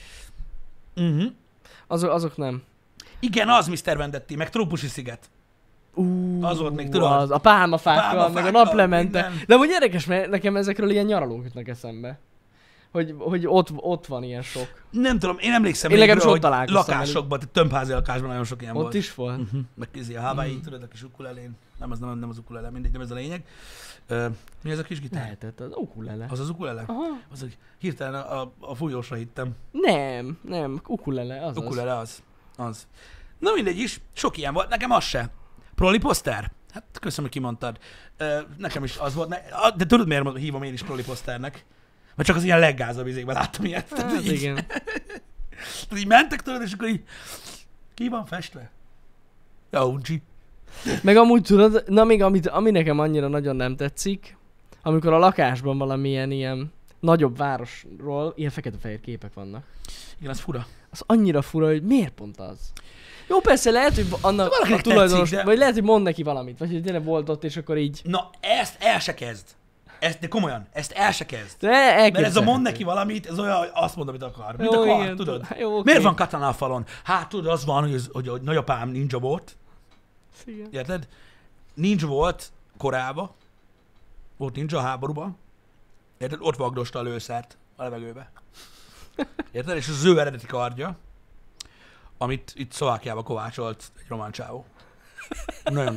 Uh-huh. Azok, azok nem. Igen, az miszter Vendetti, meg Trópusi sziget. Uh, Az volt még, tudod? Az, a pálmafákkal, meg a Pálmafákkal, naplemente. minden. De amúgy érdekes, mert nekem ezekről ilyen nyaralók jutnak eszembe. Hogy, hogy ott, ott van ilyen sok. Nem tudom, én emlékszem Én még, legalábbis hogy ott találkoztam lakásokban, tehát tömbházi lakásban nagyon sok ilyen Ott volt. is volt. Uh-huh. Meg kézi a Hawaii, mm. tudod, a kis ukulelén. Nem, az nem, nem az ukulele, mindegy, nem ez a lényeg. Uh, mi ez a kis gitár? Lehetett, az ukulele. Az az ukulele? Aha. Az, hogy hirtelen a, a, a fújósra hittem. Nem, nem, ukulele, az Ukulele az. Az. Na mindegy is, sok ilyen volt, nekem az se. Proli poszter? Hát köszönöm, hogy kimondtad. Uh, nekem is az volt, ne, a- de tudod miért hívom én is proli poszternek? Mert csak az ilyen leggázabb izékben láttam ilyet. az. Tehát Hát, így, igen. tehát így mentek tőled, és akkor így ki van festve? Ja, uncsi. Meg amúgy tudod, na még amit, ami nekem annyira nagyon nem tetszik, amikor a lakásban valamilyen ilyen nagyobb városról ilyen fekete-fehér képek vannak. Igen, az fura. Az annyira fura, hogy miért pont az? Jó, persze lehet, hogy annak Valakinek a tulajdonos, tetszik, de- vagy lehet, hogy mond neki valamit, vagy hogy tényleg volt ott, és akkor így... Na, ezt el se kezd. Ezt, de komolyan, ezt el se kezd. De Mert ez a elképzelhető. mond neki valamit, ez olyan, hogy azt mond, amit akar. Mit Jó, akar, igen, tudod? tud- jó, oké. Miért van katana a falon? Hát tudod, az van, hogy, az, hogy a nagyapám ninja volt, Igen. érted? Ninja volt Koreába, volt ninja a háborúban, érted? Ott vagdosta a lőszert a levegőbe. Érted? És az ő eredeti kardja, amit itt Szlovákiába kovácsolt egy román csávó. Nagyon durva.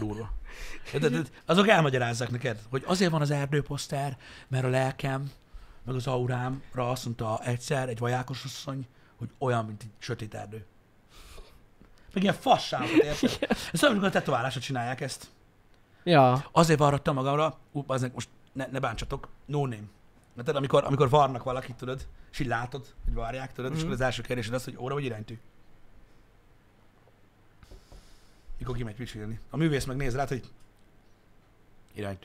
De, de, azok elmagyarázzák neked, hogy azért van az erdőposzter, mert a lelkem, meg az aurámra azt mondta egyszer egy vajákos asszony, hogy olyan, mint egy sötét erdő. Meg ilyen fasságot, érted? Ezt olyan, amikor a tetoválásra csinálják ezt. Ja. Azért varrattam magamra, ú, azért most ne, ne bántsatok, no name. Mert tudod, amikor, amikor varnak valakit, tudod, és így látod, hogy varják, tudod, mm. és akkor az első kérdésed az, hogy óra vagy iránytű. Mikor kimegy pisilni. A művész meg néz rád, hogy iránytű.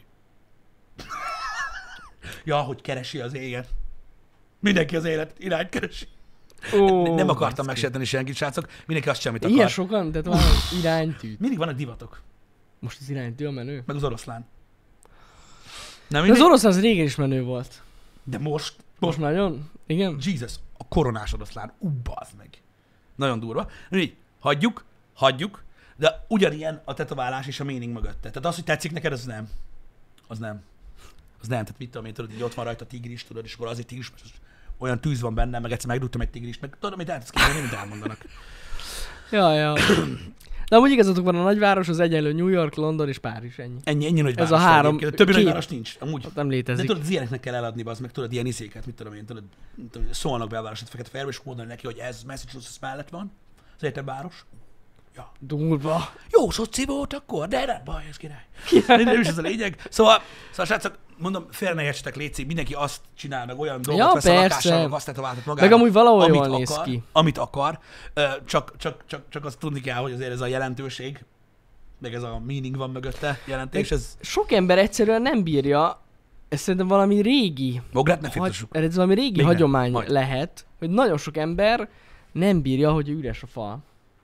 Ja, hogy keresi az éget. Mindenki az élet irányt keresi. Ó, nem akartam megsérteni senkit, srácok. Mindenki azt sem, amit akar. Ilyen sokan? Tehát van iránytű. Mindig vannak divatok. Most az iránytű a menő? Meg az oroszlán. Nem De az oroszlán az régen is menő volt. De most? Most, most nagyon? Igen? Jesus, a koronás oroszlán. Ú, bazd meg. Nagyon durva. Így, hagyjuk, hagyjuk, de ugyanilyen a tetoválás és a meaning mögötte. Tehát az, hogy tetszik neked, az nem. Az nem. Az nem. Tehát mit tudom én, tudod, hogy ott van rajta tigris, tudod, és akkor azért tigris, olyan tűz van benne, meg egyszer megdugtam egy tigrist, meg tudod, amit el tudsz képzelni, mint elmondanak. Ja, ja. De amúgy igazatok van, a nagyváros az egyenlő New York, London és Párizs, ennyi. Ennyi, ennyi nagyváros. Ez a három. A többi két... nagyváros nincs. Amúgy. Nem létezik. De tudod, az ilyeneknek kell eladni, az meg tudod, ilyen izéket, mit tudom én, tudod, tudod szólnak belvárosot Fekete-Fehérbe, és mondani neki, hogy ez Massachusetts mellett van, az egyetem város. Ja. Durva. Jó szoci volt akkor, de nem baj, ez király. király. Nem is ez a lényeg. Szóval, szóval srácok, mondom, félre ne értsetek, létszik, mindenki azt csinál, meg olyan dolgot ja, vesz persze. a lakással, meg azt tetováltat magára. Meg amúgy valahol amit jól akar, néz ki. Amit akar, csak, csak, csak, csak azt tudni kell, hogy azért ez a jelentőség, meg ez a meaning van mögötte, jelentés, ez... Sok ember egyszerűen nem bírja, ez szerintem valami régi... Bográt ne firtassuk. Hagy... Ez valami régi Még hagyomány nem. lehet, hogy nagyon sok ember nem bírja, hogy üres a fal.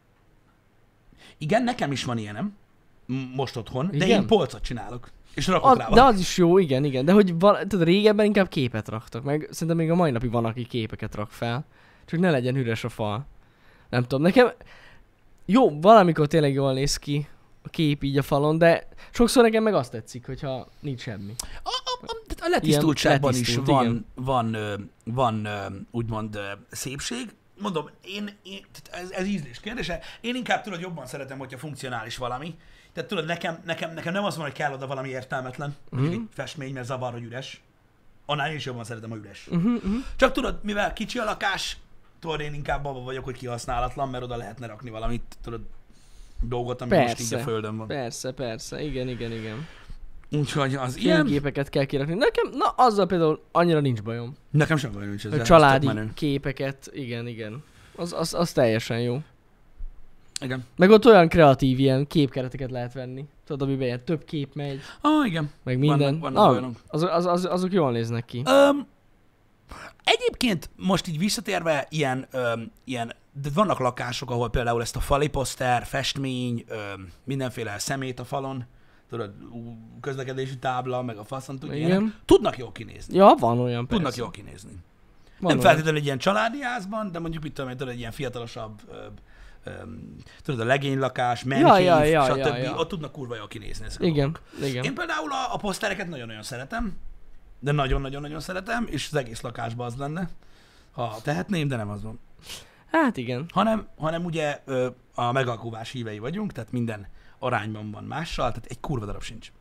Igen, nekem is van ilyenem, most otthon, de igen? én polcot csinálok, és rakok Az, rá de az is jó, igen, igen. De hogy val- tudod, régebben inkább képet raktak, meg szerintem még a mai napig van, aki képeket rak fel. Csak ne legyen üres a fal. Nem tudom, nekem... Jó, valamikor tényleg jól néz ki a kép így a falon, de sokszor nekem meg azt tetszik, hogyha nincs semmi. A, a, a, a letisztultságban is letisztult, van, van, van, van, úgymond szépség. Mondom, én, én ez, ez ízlés kérdése. Én inkább tudod, jobban szeretem, hogyha funkcionális valami. Tehát tudod, nekem, nekem, nekem nem az van, hogy kell oda valami értelmetlen, mondjuk Mhm. egy festmény, mert zavar, hogy üres. Annál én is jobban szeretem, ha üres. Uh-huh, uh-huh. Csak tudod, mivel kicsi a lakás, tudod, én inkább abban vagyok, hogy kihasználatlan, mert oda lehetne rakni valamit, tudod, dolgot, ami Persze. most így a földön van. Persze, persze, igen, igen, igen. Úgyhogy az ilyen... Fényképeket kell kirakni. Nekem, na azzal például annyira nincs bajom. Nekem sem bajom nincs ezzel. A ez családi tök menő. képeket, igen, igen. Az, az, az teljesen jó. Igen. Meg ott olyan kreatív ilyen képkereteket lehet venni. Tudod, amiben ilyen több kép megy, Ah, igen. meg minden. Vannak- vannak ah, olyanok. az, az, az, azok jól néznek ki. Öm, egyébként most így visszatérve ilyen, öm, ilyen, de vannak lakások, ahol például ezt a fali poszter, festmény, öm, mindenféle szemét a falon, tudod, ú, közlekedési tábla, meg a faszon tudja, Igen. ilyenek, tudnak jól kinézni. Ja, van olyan, persze. Tudnak jól kinézni. Van Nem olyan. feltétlenül egy ilyen családi házban, de mondjuk mit tudom én, tudod, egy ilyen fiatalosabb, öm, öm, tudod, a legénylakás, man Ja, cave, ja, ja, stb. ja, ja. Ott tudnak kurva jól kinézni ezek a Igen, dolgok. igen. Én például a, a posztereket nagyon-nagyon szeretem, de nagyon-nagyon-nagyon szeretem, és az egész lakásban az lenne, ha tehetném, de nem az van. Hát igen. Hanem, hanem ugye ö, a megalkuvás hívei vagyunk, tehát minden arányban van mással, tehát egy kurva darab sincs.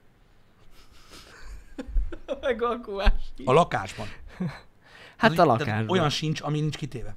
A megalkuvás. A lakásban. Hát Az a úgy- tehát lakásban. olyan sincs, ami nincs kitéve.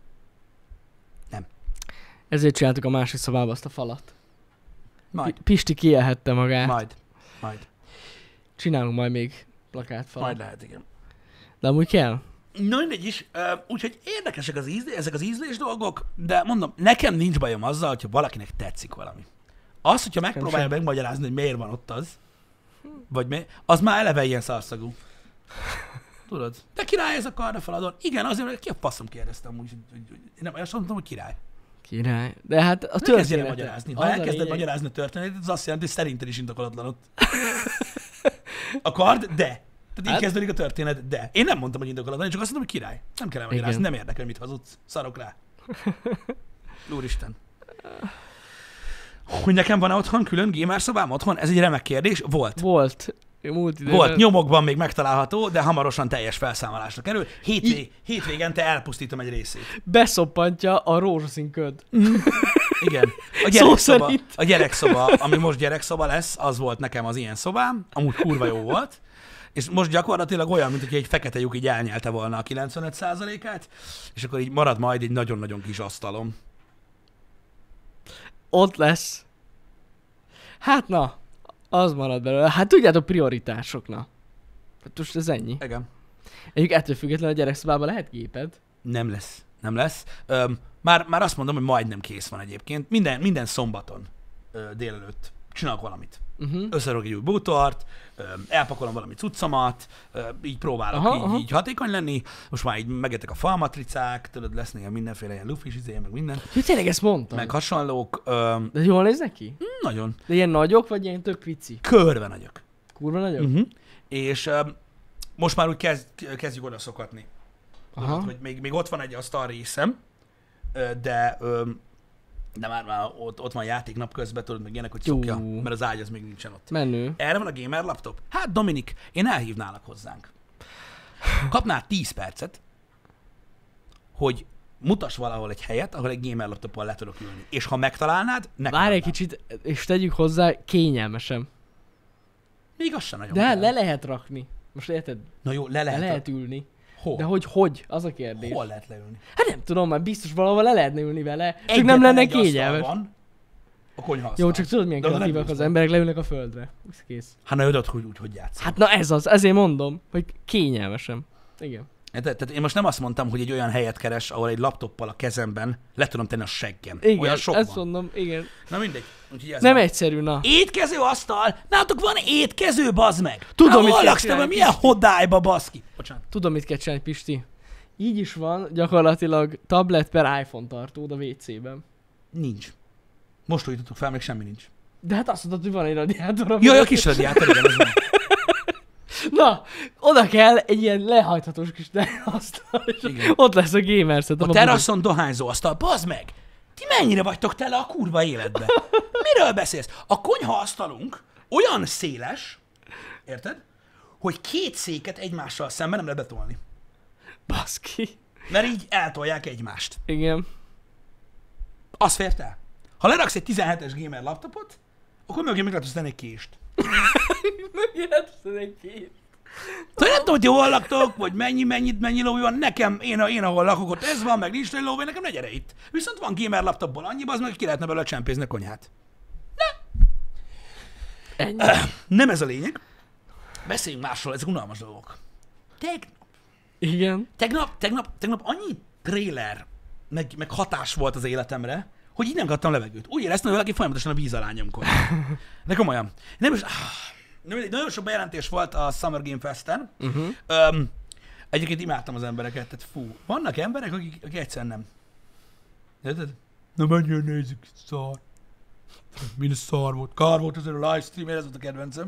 Ezért csináltuk a másik szobába azt a falat. Majd, Pi- Pisti kielhette magát. majd, majd, Csinálunk majd még plakátfalat. majd lehet, igen. De amúgy kell. Na mindegy is, ö, úgyhogy érdekesek az ízlés, ezek az ízlés dolgok, de mondom, nekem nincs bajom azzal, hogyha valakinek tetszik valami. Az, hogyha megpróbálja sem. megmagyarázni, hogy miért van ott az, vagy mi, az már eleve ilyen szarszagú. Tudod? De király ez a kardafaladon. Igen, azért, mert ki a faszom kérdeztem úgy, hogy, hogy, hogy én nem, azt mondtam, hogy király. Király. De hát a Ne kezdjél el történet. magyarázni. Ha az a elkezded lényeg. magyarázni a történetet, az azt jelenti, hogy szerinted is indokolatlan ott. A kard, de. Tehát így Hát- kezdődik a történet, de. Én nem mondtam, hogy indokolatlan, én csak azt mondtam, hogy király. Nem kell elmagyarázni, Igen. nem érdekel, mit hazudsz. Szarok rá. Úristen. Hogy nekem van-e otthon külön gamer szobám otthon? Ez egy remek kérdés. Volt. Volt. Múlt időben. Volt, nyomokban még megtalálható, de hamarosan teljes felszámolásra kerül. Hétvég, hétvégente elpusztítom egy részét. Beszoppantja a rózsaszín köd. Igen. A gyerekszoba, a gyerekszoba, ami most gyerekszoba lesz, az volt nekem az ilyen szobám, amúgy kurva jó volt, és most gyakorlatilag olyan, mint hogy egy fekete lyuk így elnyelte volna a kilencvenöt százalékát, és akkor így marad majd egy nagyon-nagyon kis asztalom. Ott lesz. Hát na, az marad belőle. Hát tudjátok, prioritások, na. Hát most ez ennyi. Igen. Egyébként ettől függetlenül a gyerekszobában lehet géped. Nem lesz. Nem lesz. Öm, már, már azt mondom, hogy majdnem kész van egyébként. Minden, minden szombaton ö, délelőtt csinálok valamit. Uh-huh. Összerök egy új bútort, öm, elpakolom valami cuccomat, öm, így próbálok Aha, így, aha. így hatékony lenni. Most már így megettek a falmatricák, tudod, lesz néha mindenféle ilyen lufis izéje, meg minden. Jó, tényleg ezt mondtam. Meg hasonlók. Öm, De jól néznek ki? nagyon. De ilyen nagyok, vagy ilyen tök pici? Körbe nagyok. Kurva nagyok? Uh-huh. És öm, most már úgy kezd, kezdjük oda szokatni. Aha. Tudod, hogy még, még ott van egy asztal részem, ö, de, ö, de már, már ott, ott van játék napközben, tudod, meg ilyenek, hogy Jó. szokja, mert az ágy az még nincsen ott. Menő. Erre van a gamer laptop? Hát Dominik, én elhívnálak hozzánk. Kapnál tíz percet, hogy mutass valahol egy helyet, ahol egy gamer laptoppal le tudok ülni. És ha megtalálnád, nekem Várj egy adnám. kicsit, és tegyük hozzá, kényelmesen. Még az sem nagyon De kell. le lehet rakni. Most érted? Na jó, le Le lehet. lehet ülni. Hol? De hogy hogy? Az a kérdés. Hol lehet leülni? Hát nem tudom, már biztos valahol le lehetne ülni vele. Csak Egyetlen nem lenne egy asztal kényelmes. van, a konyhaasztal. Jó, csak tudod milyen De oda nem kreatívak ülsz az le. emberek, leülnek a földre. Ez kész. Hát na, ödöd, hogy úgy, hogy játsz. Hát na ez az, ezért mondom, hogy kényelmesen. Igen. Tehát, tehát én most nem azt mondtam, hogy egy olyan helyet keres, ahol egy laptoppal a kezemben le tudom tenni a seggem. Igen, Olyan sok ezt van. mondom, igen. Na mindegy. Úgyhogy ez Nem van. egyszerű, na. Étkező asztal? Nálatok van étkező, bazd meg! Tudom, Na, mit hol kell laksz te, csinálni, vagy milyen hodályba, baszki? Bocsánat. Tudom, mit kell csinálni, Pisti. Így is van gyakorlatilag tablet per iPhone tartód a vé cében. Nincs. Most újítottuk fel, még semmi nincs. De hát azt mondtad, hogy van egy radiátor. ami- Jaj, a kis radiátor, igen, ez van. Na, oda kell egy ilyen lehajthatós kis asztal, és Igen. ott lesz a gamer set. A teraszon dohányzó asztal, bazd meg! Ti mennyire vagytok tele a kurva életbe? Miről beszélsz? A konyhaasztalunk olyan széles, érted? Hogy két széket egymással szemben nem lehet betolni. Baszki. Mert így eltolják egymást. Igen. Az fért el. Ha leraksz egy tizenhetes gamer laptopot, akkor mögé még lehet tenni egy kést. Megjelent egy kép. Tehát nem tudom, hogy ti hol laktok, vagy mennyi, mennyit, mennyi lóvé van. Nekem, én, én ahol lakok, ott ez van, meg nincs egy lóvé, nekem ne gyere itt. Viszont van gamer laptopból annyi, az meg ki lehetne belőle csempézni a konyhát. Ennyi. Nem ez a lényeg. Beszéljünk másról, ezek unalmas dolgok. Tegnap, Igen. tegnap, tegnap, tegnap annyi trailer, meg, meg hatás volt az életemre, hogy így nem kaptam levegőt. Úgy éreztem, hogy valaki folyamatosan a víz alá nyomkod. De komolyan. Nem is, ah, nem, mindegy, nagyon sok bejelentés volt a Summer Game Festen. Uh-huh. Öm, egyébként imádtam az embereket, tehát fú, vannak emberek, akik, akik egyszerűen nem. Érted? Na menjél, nézzük, szar. Minden szar volt. Kár volt az a livestream, ez volt a kedvencem.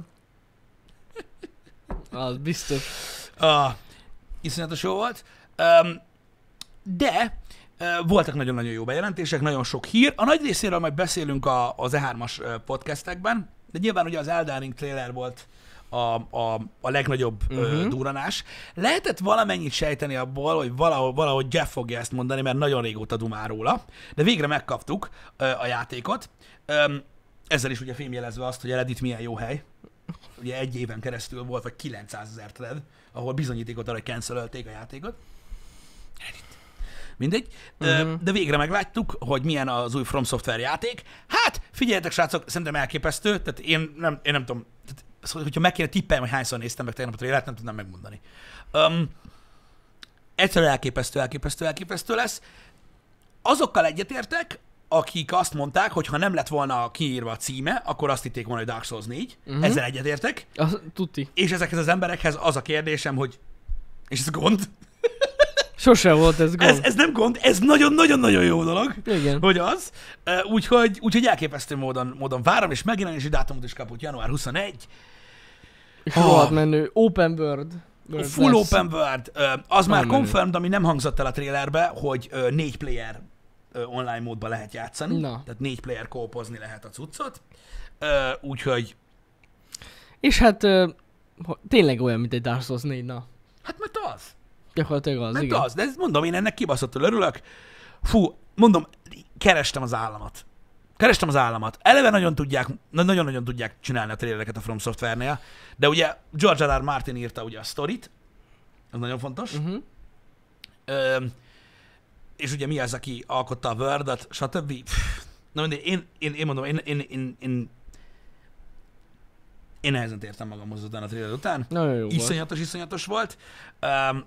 Az biztos. Uh, iszonyatos jó volt. Um, de uh, voltak nagyon-nagyon jó bejelentések, nagyon sok hír. A nagy részéről majd beszélünk a, az E hármas uh, podcastekben, de nyilván ugye az Elden Ring trailer volt a, a, a legnagyobb uh-huh. uh, duranás. Lehetett valamennyit sejteni abból, hogy valahogy, valahogy Jeff fogja ezt mondani, mert nagyon régóta dumál róla, de végre megkaptuk uh, a játékot. Um, ezzel is ugye fémjelezve azt, hogy a Reddit milyen jó hely. Ugye egy éven keresztül volt, vagy kilencszázezer thread, ahol bizonyítékot arra, hogy cancelölték a játékot. Reddit. Mindegy. Uh-huh. De végre megláttuk, hogy milyen az új From Software játék. Hát, figyeljetek srácok, szerintem elképesztő. Tehát én nem, én nem tudom, tehát, szóval, hogyha meg kéne tippelni, hogy hányszor néztem meg tegnap a trailert, nem tudnám megmondani. Um, egyszerűen elképesztő, elképesztő, elképesztő lesz. Azokkal egyetértek, akik azt mondták, hogy ha nem lett volna kiírva a címe, akkor azt hitték volna, hogy Dark Souls négy. Uh-huh. Ezzel egyetértek. Az, tuti. És ezekhez az emberekhez az a kérdésem, hogy és ez gond? Sose volt ez gond. Ez, ez nem gond, ez nagyon-nagyon-nagyon jó dolog, Igen. hogy az. Uh, Úgyhogy, úgyhogy elképesztő módon, módon várom, és megjelenési dátumot is kapott január huszonegyedike. És Ah. rohadt menő. Open world. world Full lesz. open world. Uh, az már menő. confirmed, ami nem hangzott el a trailerbe, hogy uh, négy player uh, online módban lehet játszani. Na. Tehát négy player kópozni lehet a cuccot. Uh, úgyhogy, És hát ö, ho- tényleg olyan, mint egy Dark Souls négy, na. hát mert az. Gyakorlatilag az, Mert igen. az, de ezt mondom, én ennek kibaszottul örülök. Fú, mondom, kerestem az államat. Kerestem az államat. Eleve nagyon tudják, nagyon-nagyon tudják csinálni a trélereket a From Software-nél, de ugye George R. R. Martin írta ugye a sztorit, ez nagyon fontos. Uh-huh. Ö, és ugye mi az, aki alkotta a Word-ot, stb. Pff, na mindegy, én, én, én mondom, én, én, én, én, én nehezen tértem magamhoz után a trailer után. Nagyon jó iszonyatos, volt. iszonyatos volt. Um,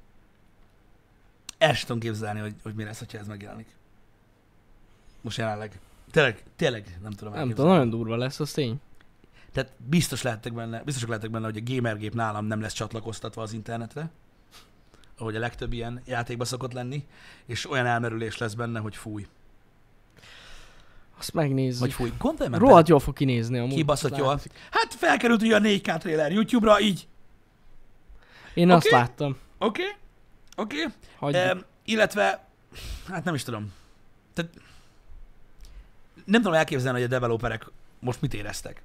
el sem tudom képzelni, hogy, hogy mi lesz, ha ez megjelenik. Most jelenleg. Tényleg, tényleg nem tudom Nem tudom, nagyon durva lesz, az tény. Tehát biztos lehettek benne, biztosak lehettek benne, hogy a gamergép nálam nem lesz csatlakoztatva az internetre, ahogy a legtöbb ilyen játékban szokott lenni, és olyan elmerülés lesz benne, hogy fúj. Azt megnézzük. Vagy fúj. Gondolj meg Rohadt jól fog kinézni amúgy. Kibaszott jól. Hát felkerült ugye a négy ká trailer YouTube-ra, így. Én okay. azt láttam. Oké, okay. oké. Okay. Um, illetve, hát nem is tudom. Tehát nem tudom elképzelni, hogy a developerek most mit éreztek.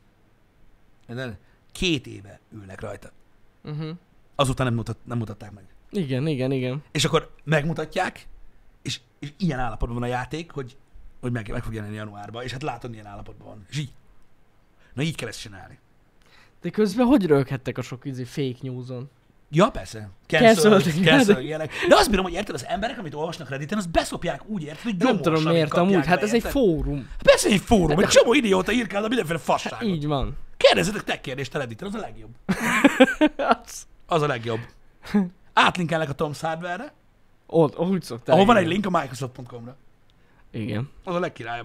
Két éve ülnek rajta. Uh-huh. Azután nem, mutat, nem mutatták meg. Igen, igen, igen. És akkor megmutatják, és, és ilyen állapotban van a játék, hogy, hogy meg, meg fog jelenni januárban, és hát látod, milyen állapotban van. És így. Na így kell ezt csinálni. De közben hogy röghettek a sok izé fake news-on? Ja, persze. Cancel, cancel, ilyenek. De azt bírom, hogy érted, az emberek, amit olvasnak Redditen, azt beszopják úgy, érted, hogy Nem tudom miért amúgy, hát ez egy fórum. Persze egy fórum, egy csomó idióta írkál a mindenféle fasságot. Hát így van. Kérdezzetek tech kérdést a Redditen, az a legjobb. Az a legjobb. Átlinkelnek a Tom's Hardware-re, Ott, úgy szoktál. ahol van egy link a Microsoft pont com-ra. Igen. Az a legkirályabb.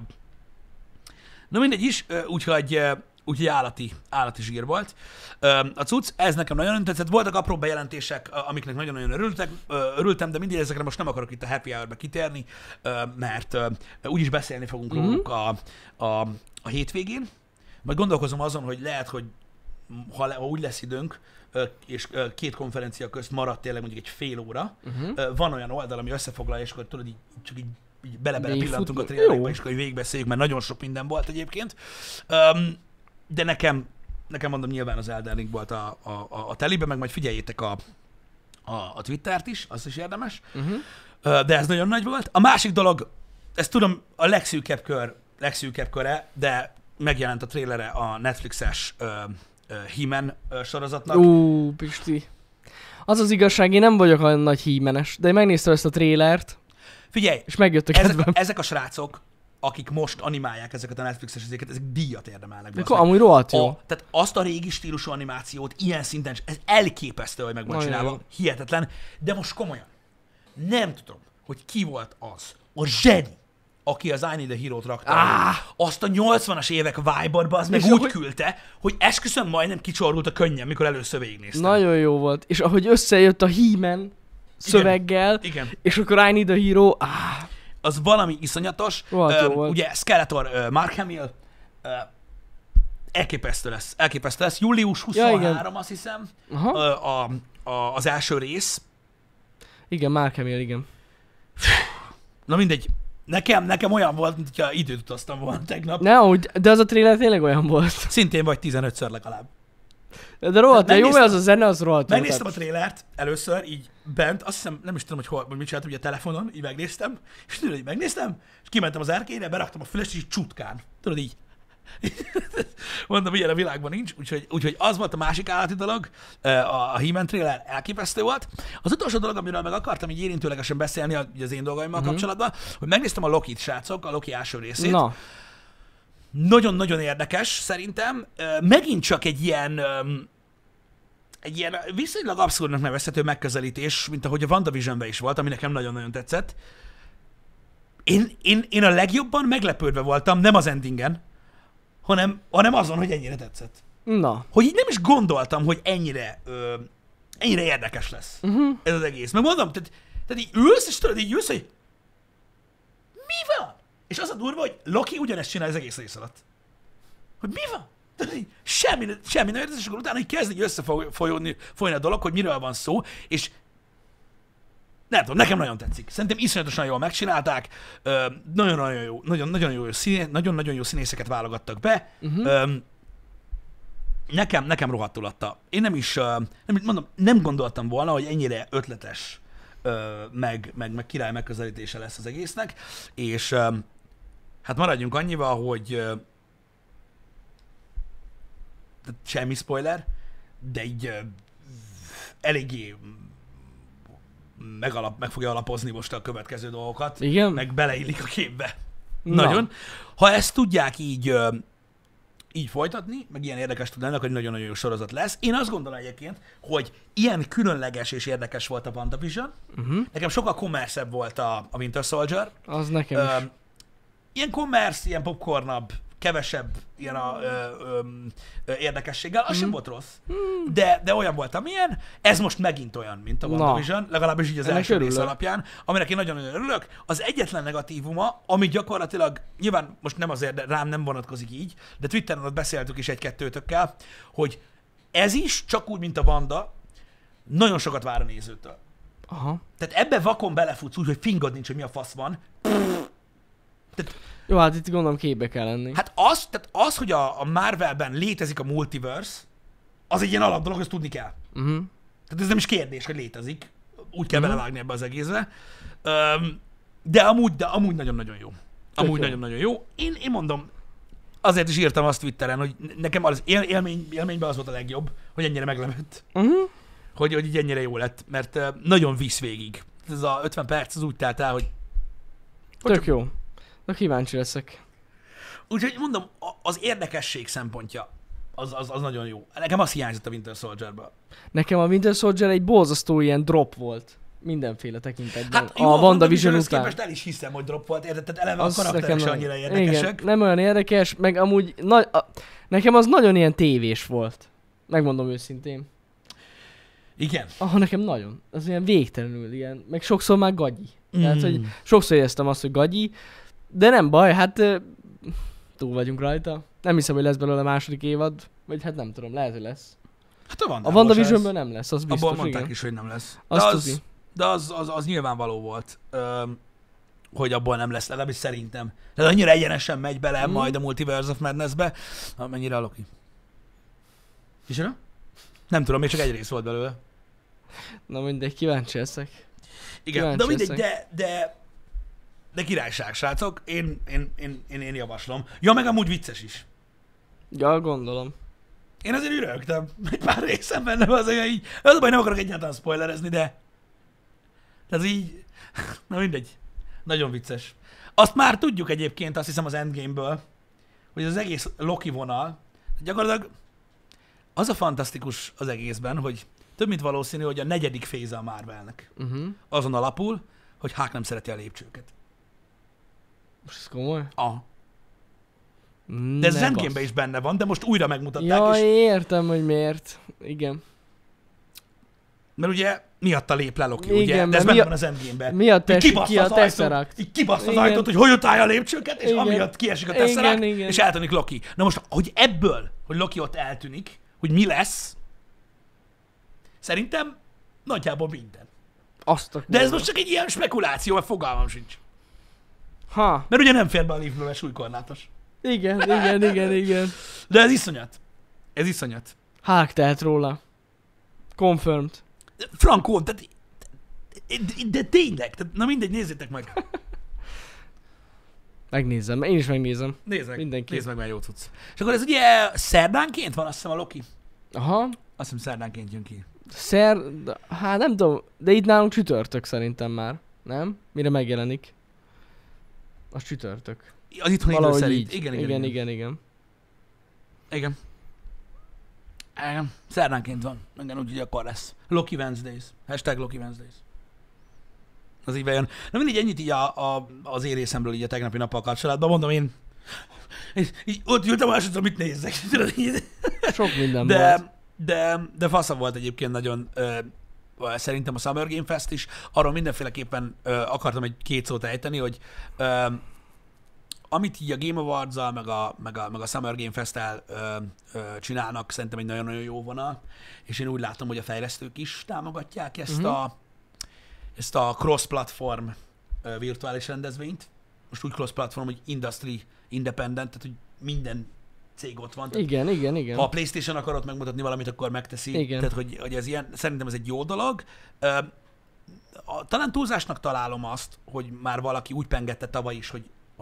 Na mindegy is, úgyhogy, úgyhogy állati, állati zsír volt. A cucc, ez nekem nagyon tetszett. Voltak apró bejelentések, amiknek nagyon-nagyon örültek, örültem, de mindig ezekre most nem akarok itt a Happy Hour-be kitérni, mert úgyis beszélni fogunk mm-hmm. róluk a, a, a hétvégén. Majd gondolkozom azon, hogy lehet, hogy ha, ha úgy lesz időnk, és két konferencia közt maradt tényleg mondjuk egy fél óra, uh-huh. van olyan oldal, ami összefoglalja, és akkor tudod, így, csak így, így bele-bele pillantunk a trailerekbe, és akkor végigbeszéljük, mert nagyon sok minden volt egyébként. Um, de nekem, nekem mondom, nyilván az Elden Ring volt a, a, a, a telibe, meg majd figyeljétek a, a, a Twittert is, az is érdemes. Uh-huh. Uh, de ez nagyon nagy volt. A másik dolog, ezt tudom, a legszűkebb kör, legszűkebb köre, de megjelent a trailere a Netflixes uh, He-Man sorozatnak. Ú, Pisti. Az az igazság, én nem vagyok olyan nagy He-Man-es, de én megnéztem ezt a trélert. Figyelj, és megjött a kedvem. Ezek, ezek a srácok, akik most animálják ezeket a Netflixes ezeket, ezek díjat érdemelnek. De akkor amúgy rohadt jó. A, tehát azt a régi stílusú animációt ilyen szinten, ez elképesztő, hogy meg van csinálva. Hihetetlen. De most komolyan, nem tudom, hogy ki volt az a zseni, aki az I Need a Hero-t rakta. Ah! Azt a nyolcvanas évek vibe-ba az meg úgy ahogy... küldte, hogy esküszöm, majdnem kicsorgult a könnyem, mikor először végignéztem. Nagyon jó volt. És ahogy összejött a He-Man szöveggel, igen, igen. És akkor I Need a Hero, ah! Az valami iszonyatos. Uh, ugye Skeletor, uh, Mark Hamill, uh, elképesztő lesz. Elképesztő lesz. július huszonhárom, ja, azt hiszem, uh, a, a, az első rész. Igen, Mark Hamill, igen. Na mindegy. Nekem, nekem olyan volt, mint hogyha időt utaztam volna tegnap. Ne, úgy, de az a trailer tényleg olyan volt. Szintén vagy tizenötször legalább. De rohadt, jó, mert az a zene, az rohadt. Megnéztem a trailert először, így bent, azt hiszem, nem is tudom, hogy hol, hogy mit csináltam, ugye a telefonon, így megnéztem, és tudod, így megnéztem, és kimentem az erkélyre, beraktam a fülest, és így csutkán. Tudod, így. Mondom, ilyen a világban nincs, úgyhogy, úgyhogy az volt a másik állati dolog, a, a He-Man trailer elképesztő volt. Az utolsó dolog, amiről meg akartam így érintőlegesen beszélni az én dolgaimmal mm-hmm. kapcsolatban, hogy megnéztem a Loki-t, srácok, a Loki első részét. Na. Nagyon-nagyon érdekes szerintem. Megint csak egy ilyen, egy ilyen viszonylag abszurdnak nevezhető megközelítés, mint ahogy a WandaVisionben is volt, ami nekem nagyon-nagyon tetszett. Én, én, én a legjobban meglepődve voltam, nem az endingen, hanem, hanem azon, hogy ennyire tetszett. Na. Hogy így nem is gondoltam, hogy ennyire, ö, ennyire érdekes lesz uh-huh. ez az egész. Meg mondom, tehát, tehát így ülsz, és tudod, így ülsz, hogy mi van? És az a durva, hogy Loki ugyanezt csinál az egész rész alatt. Hogy mi van? Tehát így semmi, semmi nem értesz, és akkor utána így kezd így összefolyni a dolog, hogy miről van szó, és nem tudom, nekem nagyon tetszik. Szerintem iszonyatosan jól megcsinálták, nagyon-nagyon jó, nagyon-nagyon jó, színé, nagyon-nagyon jó színészeket válogattak be. Uh-huh. Nekem, nekem rohadtul adta. Én nem is, nem, mondom, nem gondoltam volna, hogy ennyire ötletes, meg, meg, meg király megközelítése lesz az egésznek, és Hát maradjunk annyival, hogy ö, semmi spoiler, de így ö, eléggé megalap, meg fogja alapozni most a következő dolgokat. Igen? Meg beleillik a képbe. Na. Nagyon. Ha ezt tudják így, ö, így folytatni, meg ilyen érdekes tud lenni, akkor egy nagyon-nagyon jó sorozat lesz. Én azt gondolom egyébként, hogy ilyen különleges és érdekes volt a WandaVision. Uh-huh. Nekem sokkal commerce-ebb volt a, a Winter Soldier. Az nekem Ö, is. ilyen commerce, ilyen popcornabb, kevesebb ilyen a, ö, ö, ö, érdekességgel, az mm. sem volt rossz. Mm. De, de olyan volt, amilyen. Ez most megint olyan, mint a WandaVision, legalábbis így az Ennek első örülök. rész alapján, aminek én nagyon-nagyon örülök. Az egyetlen negatívuma, ami gyakorlatilag, nyilván most nem azért, de rám nem vonatkozik így, de Twitteren ott beszéltük is egy-kettőtökkel, hogy ez is, csak úgy, mint a Wanda, nagyon sokat vár a nézőtől. Aha. Tehát ebbe vakon belefutsz úgy, hogy fingod nincs, hogy mi a fasz van. Tehát, Jó, hát itt gondolom képbe kell lenni. hát az, tehát az, hogy a, a Marvelben létezik a multiverse, az egy ilyen alap dolog, ezt tudni kell. Uh-huh. Tehát ez nem is kérdés, hogy létezik. Úgy kell Mhm. belevágni ebbe az egészbe. Öm, de amúgy, de amúgy nagyon-nagyon jó. Amúgy jó. nagyon-nagyon jó. Én, én mondom, azért is írtam azt Twitteren, hogy nekem az él, élmény, élményben az volt a legjobb, hogy ennyire meglepett. Uh-huh. Hogy, hogy így ennyire jó lett, mert uh, nagyon visz végig. Ez a ötven perc az úgy telt el, hogy... hogy Tök jó. Na kíváncsi leszek. Úgyhogy mondom, a- az érdekesség szempontja az, az, az nagyon jó. Nekem az hiányzott a Winter Soldierből. Nekem a Winter Soldier egy borzasztó ilyen drop volt. Mindenféle tekintetben. Hát jó, a WandaVision után. után. képest el is hiszem, hogy drop volt, érted? Tehát eleve Az a karakterek nekem se nem- annyira érdekesek. Igen, nem olyan érdekes, meg amúgy nagy, a, nekem az nagyon ilyen tévés volt. Megmondom őszintén. Igen. Aha, nekem nagyon. Az ilyen végtelenül ilyen, meg sokszor már gagyi. Mm. Tehát, Mm. hogy sokszor éreztem azt, hogy gagyi, de nem baj, hát ö, túl vagyunk rajta. Nem hiszem, hogy lesz belőle második évad, vagy hát nem tudom, lehet, hogy lesz. Hát a A Wanda WandaVisionből nem lesz, az biztos, Abból mondták igen. is, hogy nem lesz. De Azt az, tuti. de az, az, az nyilvánvaló volt, öm, hogy abból nem lesz, legalábbis szerintem. Tehát annyira egyenesen megy bele Mm. majd a Multiverse of Madness-be, amennyire a Loki. Micsoda? Nem tudom, még csak egy rész volt belőle. Na mindegy, kíváncsi leszek. Igen, Kíváncsi de mindegy, leszek. de, de, de királyság, srácok. Én, én, én, én, én javaslom. Ja, meg amúgy vicces is. Ja, gondolom. Én azért így rögtem. Egy pár részem benne van azért így. Az a baj, nem akarok egyáltalán spoilerezni, de... Ez így... Na mindegy. Nagyon vicces. Azt már tudjuk egyébként, azt hiszem az Endgame-ből, hogy az egész Loki vonal, gyakorlatilag az a fantasztikus az egészben, hogy több mint valószínű, hogy a negyedik féze a Marvelnek Uh-huh. azon alapul, hogy Hulk nem szereti a lépcsőket. Most ez komoly? Aha. De ez az Ne Endgame-ben bassz. is benne van, de most újra megmutatták, Ja, és, értem, hogy miért. Igen. mert ugye miatta lép le Loki, Igen, ugye? De ez mert benne mi a- van az Endgame-ben. Miatt Így esik kibassza ki a az ajtót, Tesseract. így kibassza az Igen. ajtót, hogy hogy utálja a lépcsőket, és Igen. amiatt kiesik a Igen, Tesseract, igen. és eltűnik Loki. Na most, hogy ebből, hogy Loki ott eltűnik, hogy mi lesz, szerintem nagyjából minden. Azt a De ez kurva. most csak egy ilyen spekuláció, mert fogalmam sincs. Ha, Mert ugye nem fér be a Leaf-ből, súlykorlátos. igen, igen, igen, igen. De ez iszonyat. Ez iszonyat. Hulk tehet róla. Confirmed. Frankó, tehát, de, de tényleg, tehát, na mindegy, nézzétek meg. Megnézem, én is megnézem. Nézd meg, Mindenki. nézd meg, mert jó tudsz. És akkor ez ugye szerdánként van, azt hiszem a Loki. Aha. Azt hiszem szerdánként jön ki. Szer... de- Hát nem tudom, de itt nálunk csütörtök szerintem már. Nem? Mire megjelenik? Az csütörtök. Az itthoni idő Valahogy szerint. így. Igen, igen, igen, igen. igen, igen. Igen. Igen. Szerdánként van. Igen, úgyhogy akkor lesz. Loki Wednesdays. Hashtag Loki Wednesdays. Az így bejön. Na mindig ennyit így a, a, az én részemről így a tegnapi nappal kapcsolatban. Mondom én, így, így ott ültem, másodszor mit nézzek. Sok minden De, volt. de, de fasza volt egyébként nagyon ö, szerintem a Summer Game Fest is. Arról mindenféleképpen ö, akartam egy két szót ejteni, hogy ö, amit így a Game Awards-al, meg a, meg a, meg a Summer Game Fest-tel ö, ö, csinálnak, szerintem egy nagyon-nagyon jó vonal, és én úgy látom, hogy a fejlesztők is támogatják ezt, Mhm. a, ezt a cross-platform ö, virtuális rendezvényt. Most úgy cross-platform, hogy industry independent, tehát hogy minden cég ott van. Tehát Igen, igen, igen. ha a PlayStation akarod megmutatni valamit, akkor megteszi. Igen. Tehát, hogy, hogy ez ilyen, szerintem ez egy jó dolog. Ö, a, talán túlzásnak találom azt, hogy már valaki úgy pengette tavaly is, hogy, hogy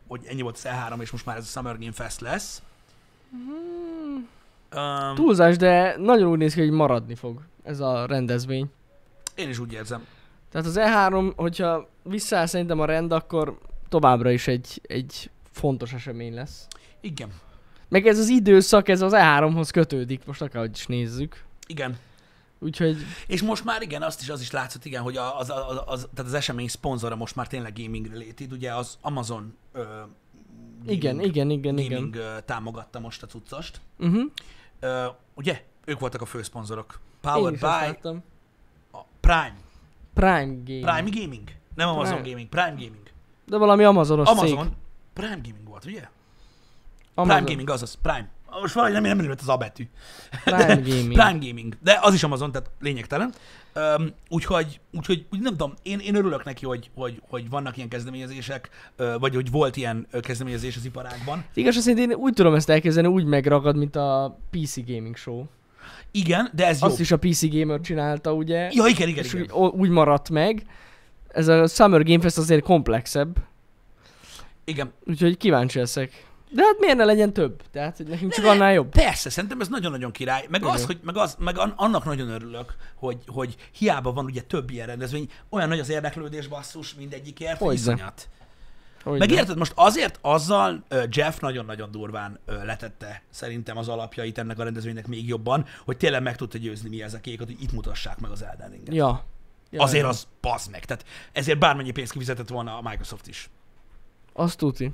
hogy ennyi volt az E három, és most már ez a Summer Game Fest lesz. Hmm. Um, Túlzás, de nagyon úgy néz ki, hogy maradni fog ez a rendezvény. én is úgy érzem. Tehát az E három, hogyha visszaáll szerintem a rend, akkor továbbra is egy, egy fontos esemény lesz. Igen. Meg ez az időszak, ez az E háromhoz kötődik, most akárhogy is nézzük. Igen. Úgyhogy... És most már igen, azt is, az is látszott, igen, hogy az, az, az, az, tehát az esemény szponzora most már tényleg gaming related, ugye az Amazon ö, gaming, Igen, igen, igen, gaming igen. ö, támogatta most a cuccost. Uh-huh. Ö, ugye? Ők voltak a főszponzorok. Én Powered is azt by láttam. a Prime. Prime Game. Prime Gaming. Nem Amazon Prime. Gaming, Prime Gaming. De valami Amazonos Amazon. cég. Prime Gaming volt, ugye? Amazon. Prime Gaming, azaz, Prime. Most valahogy nem, nem jött az A betű. Prime Gaming. Prime Gaming. De az is Amazon, tehát lényegtelen. Um, úgyhogy, úgyhogy úgy nem tudom, én, én örülök neki, hogy, hogy, hogy vannak ilyen kezdeményezések, uh, vagy hogy volt ilyen uh, kezdeményezés az iparágban. Igaz, szerint én úgy tudom ezt elkezdeni, úgy megragad, mint a pé cé Gaming Show. Igen, de ez Azt jobb. is a pé cé Gamer csinálta, ugye? Ja, igen, igen, és igen. Úgy, úgy maradt meg. Ez a Summer Game Fest azért komplexebb. Igen. Úgyhogy kíváncsi leszek. De hát miért ne legyen több? Tehát, hogy nekünk csak Ne, annál jobb. Persze, szerintem ez nagyon-nagyon király. Meg, Igen. az, hogy, meg, az, meg an- annak nagyon örülök, hogy, hogy hiába van ugye több ilyen rendezvény, olyan nagy az érdeklődés basszus mindegyikért, hogy Hogyne. iszonyat. Hogy Meg ne. érted, most azért azzal uh, Jeff nagyon-nagyon durván uh, letette szerintem az alapjait ennek a rendezvénynek még jobban, hogy tényleg meg tudta győzni mi ezek hogy itt mutassák meg az Elden Ringet. Ja. ja Azért ja. az bazd meg. Tehát ezért bármennyi pénzt kifizetett volna a Microsoft is. Azt tuti.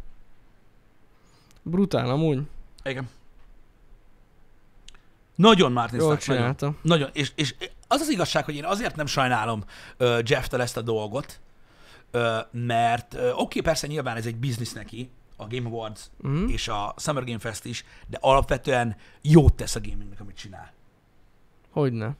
Brutál amúgy. Igen. Nagyon Martin Jól Stark, nagyon. csinálta. Nagyon. És, és az az igazság, hogy én azért nem sajnálom uh, Jeff-től ezt a dolgot, uh, mert uh, oké, okay, persze nyilván ez egy biznisz neki, a Game Awards Mhm. és a Summer Game Fest is, de alapvetően jót tesz a gamingnek, amit csinál. Hogyne.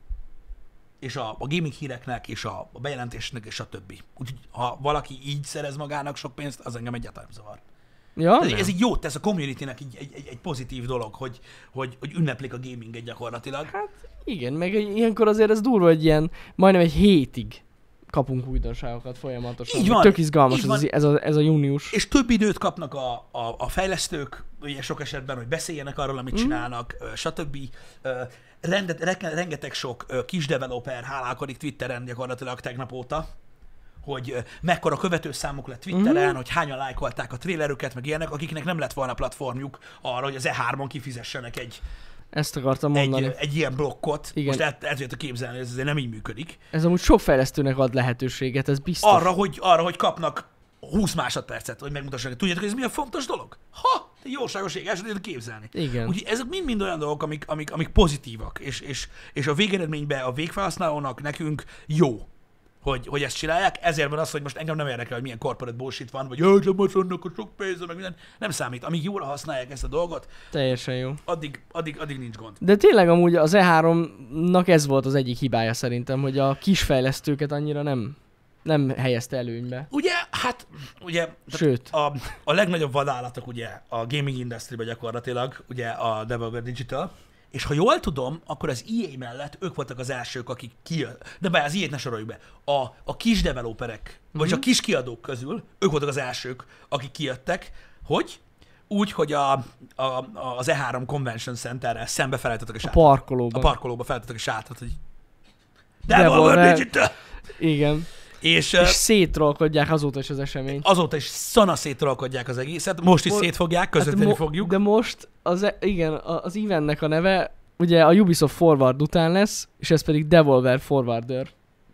És a, a gaming híreknek, és a, a bejelentésnek, és a többi. Úgyhogy ha valaki így szerez magának sok pénzt, az engem egyáltalán nem zavar. Ja, Ez, nem. ez így jót tesz a communitynek így egy, egy, egy pozitív dolog, hogy, hogy, hogy ünneplik a gaminget gyakorlatilag. Hát igen, meg egy- ilyenkor azért ez durva, hogy ilyen majdnem egy hétig kapunk újdonságokat folyamatosan. Így van, Tök izgalmas így ez, van. az, ez, a, ez a június. És több időt kapnak a, a, a fejlesztők, ugye sok esetben, hogy beszéljenek arról, amit Mm. csinálnak, ö, stb. Ö, Rendet, re- rengeteg sok ö, kis developer hálálkodik Twitteren gyakorlatilag tegnap óta, hogy ö, mekkora követőszámuk lett Twitteren, Mm. hogy hányan lájkolták a trailerüket, meg ilyenek, akiknek nem lett volna platformjuk arra, hogy az E hármon kifizessenek egy, Ezt akartam mondani. egy, egy ilyen blokkot. Igen. Most el, el tudjátok képzelni, ez azért nem így működik. Ez amúgy sok fejlesztőnek ad lehetőséget, ez biztos. Arra, hogy, arra, hogy kapnak húsz másodpercet, hogy megmutassanak. Tudjátok, hogy ez mi a fontos dolog? Ha! Egy jóságos ég, el sem tudjátok képzelni. Igen. Úgyhogy ezek mind-mind olyan dolgok, amik, amik, amik pozitívak, és, és, és a végeredményben a végfelhasználónak, nekünk jó, hogy, hogy ezt csinálják. Ezért van az, hogy most engem nem érdekel, hogy milyen corporate bullshit van, vagy hogy Amazonnak a sok pénze, meg minden. Nem számít. Amíg jóra használják ezt a dolgot, Teljesen jó. addig, addig, addig nincs gond. De tényleg amúgy az E háromnak ez volt az egyik hibája szerintem, hogy a kisfejlesztőket annyira nem, nem helyezte előnybe. Ugye, hát, ugye, tehát Sőt. a, a legnagyobb vadállatok ugye a gaming industry-ben gyakorlatilag, ugye a Devolver Digital, és ha jól tudom, akkor az E A mellett ők voltak az elsők, akik kijött. De bár az E A-t ne soroljuk be. A, a kis developerek, mm-hmm. vagy a kis kiadók közül, ők voltak az elsők, akik kijöttek, hogy úgy, hogy a, a, a, az E három Convention Centerrel szembe felejtettek a A sátrat. parkolóban. A parkolóba felejtettek a sátrat, hogy Devolver- Devolver Digital! Igen. És, És szétrolkodják azóta is az eseményt. azóta is szana szétrolkodják az egészet, most is Mo- szétfogják, közvetlenül mo- fogjuk. De most az, e- igen, a- az eventnek a neve ugye a Ubisoft Forward után lesz, és ez pedig Devolver Forwarder.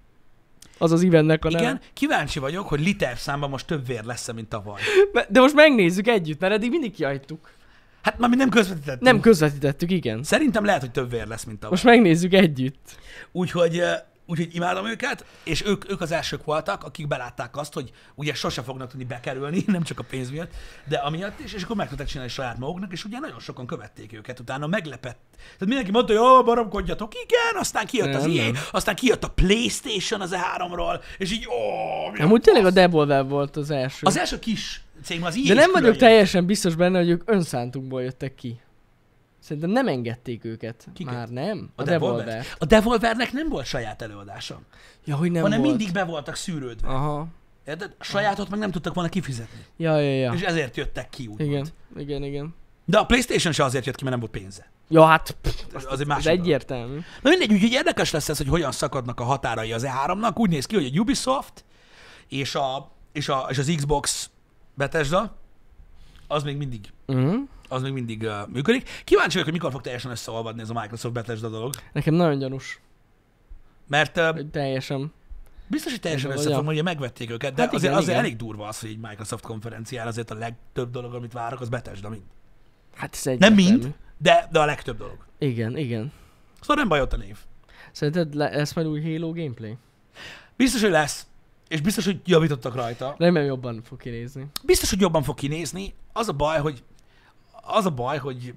Az az eventnek a neve. Igen, kíváncsi vagyok, hogy liter számban most több vér lesz, mint tavaly. De most megnézzük együtt, mert eddig mindig kihagytuk. Hát már mi nem közvetítettünk. Nem közvetítettük, igen. Szerintem lehet, hogy több vér lesz, mint tavaly. Most megnézzük együtt. Úgyhogy, eh, úgyhogy imádom őket, és ők, ők az elsők voltak, akik belátták azt, hogy ugye sose fognak tudni bekerülni, nem csak a pénz miatt, de amiatt is, és akkor meg tudták csinálni saját maguknak, és ugye nagyon sokan követték őket, utána meglepett. Tehát mindenki mondta, hogy jó, baromkodjatok, igen, aztán kijött az Nem, E A, nem. aztán kijött a PlayStation az E háromról, és így, ó, mi a Amúgy tényleg a fasz? Devolver volt az első. Az első kis cég, az E A De is nem vagyok külön jött. teljesen biztos benne, hogy ők önszántukból jöttek ki. Szerintem nem engedték őket. Kiket? Már nem? A A Devolver. Devolver. A Devolvernek nem volt saját előadása, Ja, hogy nem hanem volt. mindig be voltak szűrődve. Aha. Érted? A sajátot meg nem tudtak volna kifizetni. Ja, ja, ja. És ezért jöttek ki, úgymond. Igen, igen, igen. De a PlayStation se azért jött ki, mert nem volt pénze. Ja, hát pff, Az, az, az egy az másik dolog. egyértelmű. Na mindegy, úgyhogy érdekes lesz ez, hogy hogyan szakadnak a határai az E háromnak. Úgy néz ki, hogy a Ubisoft és, a, és, a, és az Xbox Bethesda, az még mindig, Uh-huh. az még mindig uh, működik. Kíváncsi vagyok, hogy mikor fog teljesen összeolvadni ez a Microsoft Bethesda dolog. Nekem nagyon gyanús, Mert uh, hogy teljesen. biztos, hogy teljesen Ez össze fog, olyan. mert ugye megvették őket, de Hát azért, igen, azért igen. elég durva az, hogy egy Microsoft konferenciára azért a legtöbb dolog, amit várok, az Bethesda mind. Hát ez Nem egyértelmű. mind, de, de a legtöbb dolog. Igen, igen. Szóval nem baj ott a név. Szerinted le- lesz majd új Halo gameplay? Biztos, hogy lesz, és biztos, hogy javítottak rajta. Remélem jobban fog kinézni. Biztos, hogy jobban fog kinézni. Az a baj, hogy az a baj, hogy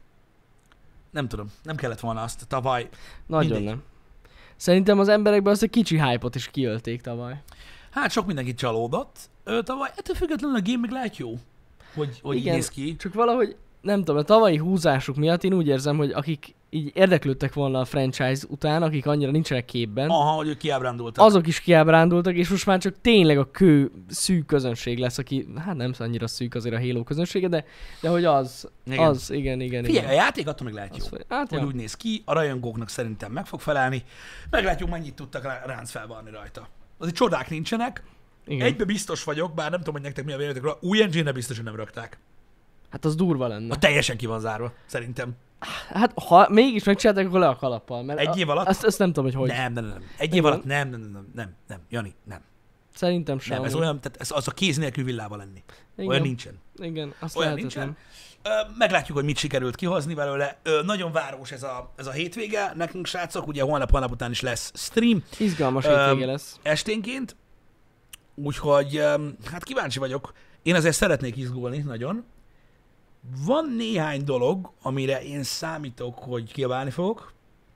nem tudom, nem kellett volna azt tavaly. Nagyon Mindegy. nem. Szerintem az emberekben azt a kicsi hype-ot is kiölték tavaly. Hát sok mindenki csalódott ö, tavaly. Ettől függetlenül a game még lehet jó, hogy, hogy így Igen. néz ki. Csak valahogy, nem tudom, a tavalyi húzásuk miatt én úgy érzem, hogy akik így érdeklődtek volna a franchise után, akik annyira nincsenek képben, Aha, hogy ők kiábrándultak. azok is kiábrándultak, és most már csak tényleg a kő szűk közönség lesz, aki, hát nem annyira szűk azért a Halo közönsége, de, de hogy az, Igen. az, igen, igen, Figyelj, a igen. játék attól még lehet jó. Az, hát, Hogy ja. úgy néz ki, a rajongóknak szerintem meg fog felelni. Meglátjuk, mennyit tudtak rá- ránc felvarni rajta. Azért csodák nincsenek. Igen. Egybe biztos vagyok, bár nem tudom, hogy nektek mi a véleményetek róla. Új engine-re biztos, hogy nem rakták. Hát az durva lenne. A teljesen ki van zárva, szerintem. Hát ha mégis megcsinálták, akkor le a kalappal. Mert Egy év alatt? Azt, azt nem tudom, hogy hogy. Nem, nem, nem. Egy év Igen. alatt nem, nem, nem, nem, nem, nem. Jani, nem. Szerintem sem. Nem, ez olyan, tehát ez az a kéz nélkül villával lenni. Igen. Olyan nincsen. Igen, azt Olyan lehetetlen. nincsen. Ö, meglátjuk, hogy mit sikerült kihozni belőle. Ö, nagyon város ez a, ez a hétvége nekünk, srácok. Ugye holnap, holnap után is lesz stream Izgalmas Öm, hétvége lesz. esténként. Úgyhogy öm, hát kíváncsi vagyok. Én azért szeretnék izgulni nagyon. Van néhány dolog, amire én számítok, hogy kiabálni fogok.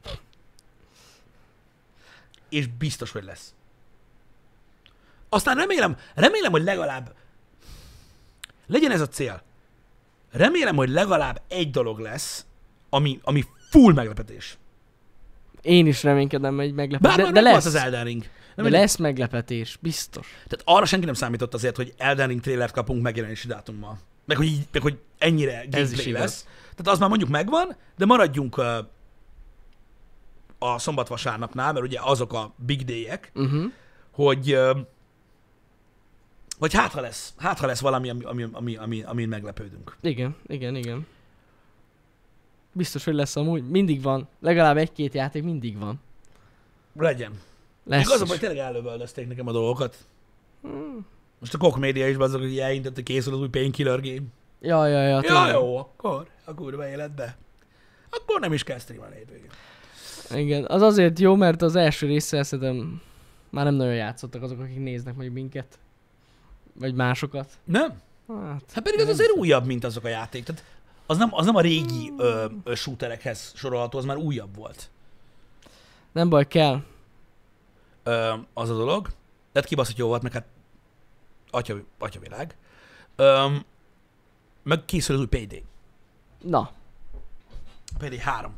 És biztos, hogy lesz. Aztán remélem, remélem, hogy legalább legyen ez a cél. Remélem, hogy legalább egy dolog lesz, ami, ami full meglepetés. Én is reménykedem egy meglepetés. Bár De, már de meg lesz. volt az Elden Ring. Nem De mindegy. lesz meglepetés, biztos. Tehát arra senki nem számított azért, hogy Elden Ring trailert kapunk megjelenési dátummal. Meg hogy, így, meg hogy ennyire is gameplay igaz. lesz. Tehát az már mondjuk megvan, de maradjunk uh, a szombat-vasárnapnál, mert ugye azok a big day-ek, Uh-huh. hogy uh, vagy hát ha lesz, hát ha lesz valami, ami, ami, ami, ami, amin meglepődünk. Igen, igen, igen. Biztos, hogy lesz amúgy. Mindig van. Legalább egy-két játék mindig van. Legyen. Lesz Igazam, is. hogy tényleg előböldözték nekem a dolgokat. Most a Koch Media is azok, hogy elintett, hogy készül az új Painkiller game. Ja, ja, ja. Ja, tényleg. jó, akkor a kurva életbe. Akkor nem is kell streamelni hétvégén. Igen, az azért jó, mert az első résszel szerintem már nem nagyon játszottak azok, akik néznek majd minket. Vagy másokat. Nem? Hát, Hát pedig az nem azért tudom. újabb, mint azok a játék. Tehát az nem, az nem a régi ö, ö, shooterekhez sorolható, az már újabb volt. Nem baj, kell. Ö, az a dolog. Tehát kibaszott jó volt, meg hát atya, atyavilág. Ö, meg készül az új pé dé. Na. pé dé három.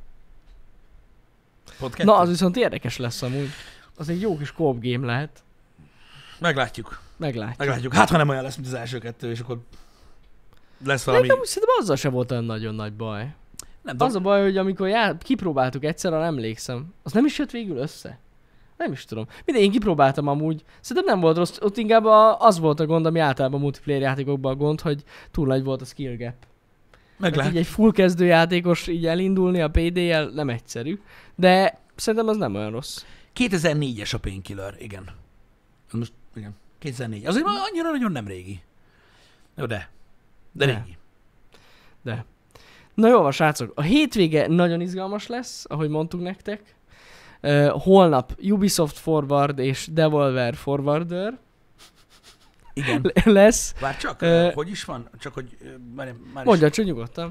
Pont kettő. Na, az viszont érdekes lesz amúgy. Az egy jó kis co-op game lehet. Meglátjuk. Meglátjuk. Meglátjuk. Hát, ha nem olyan lesz, mint az első kettő, és akkor lesz De valami... nem, szerintem azzal sem volt olyan nagyon nagy baj. Nem tudom. Az a baj, hogy amikor já- kipróbáltuk egyszer, arra emlékszem, az nem is jött végül össze. Nem is tudom. Minden, én kipróbáltam amúgy. Szerintem nem volt rossz, ott inkább a, az volt a gond, ami általában a multiplayer játékokban a gond, hogy túl nagy volt a skill gap. Mert Meglátjuk. így egy full kezdő játékos így elindulni a pé dé-jel nem egyszerű. De szerintem az nem olyan rossz. kétezer-négyes a Painkiller, igen. Most, igen. kétezer-négy. Azért már annyira nagyon nem régi. Jó, de. De De. régi. De. Na jó van, srácok. A hétvége nagyon izgalmas lesz, ahogy mondtuk nektek. Uh, holnap Ubisoft Forward és Devolver Forwarder Igen. lesz. Várj csak, Ö, uh, hogy is van? Csak hogy uh, már, már is. Mondja csak nyugodtan.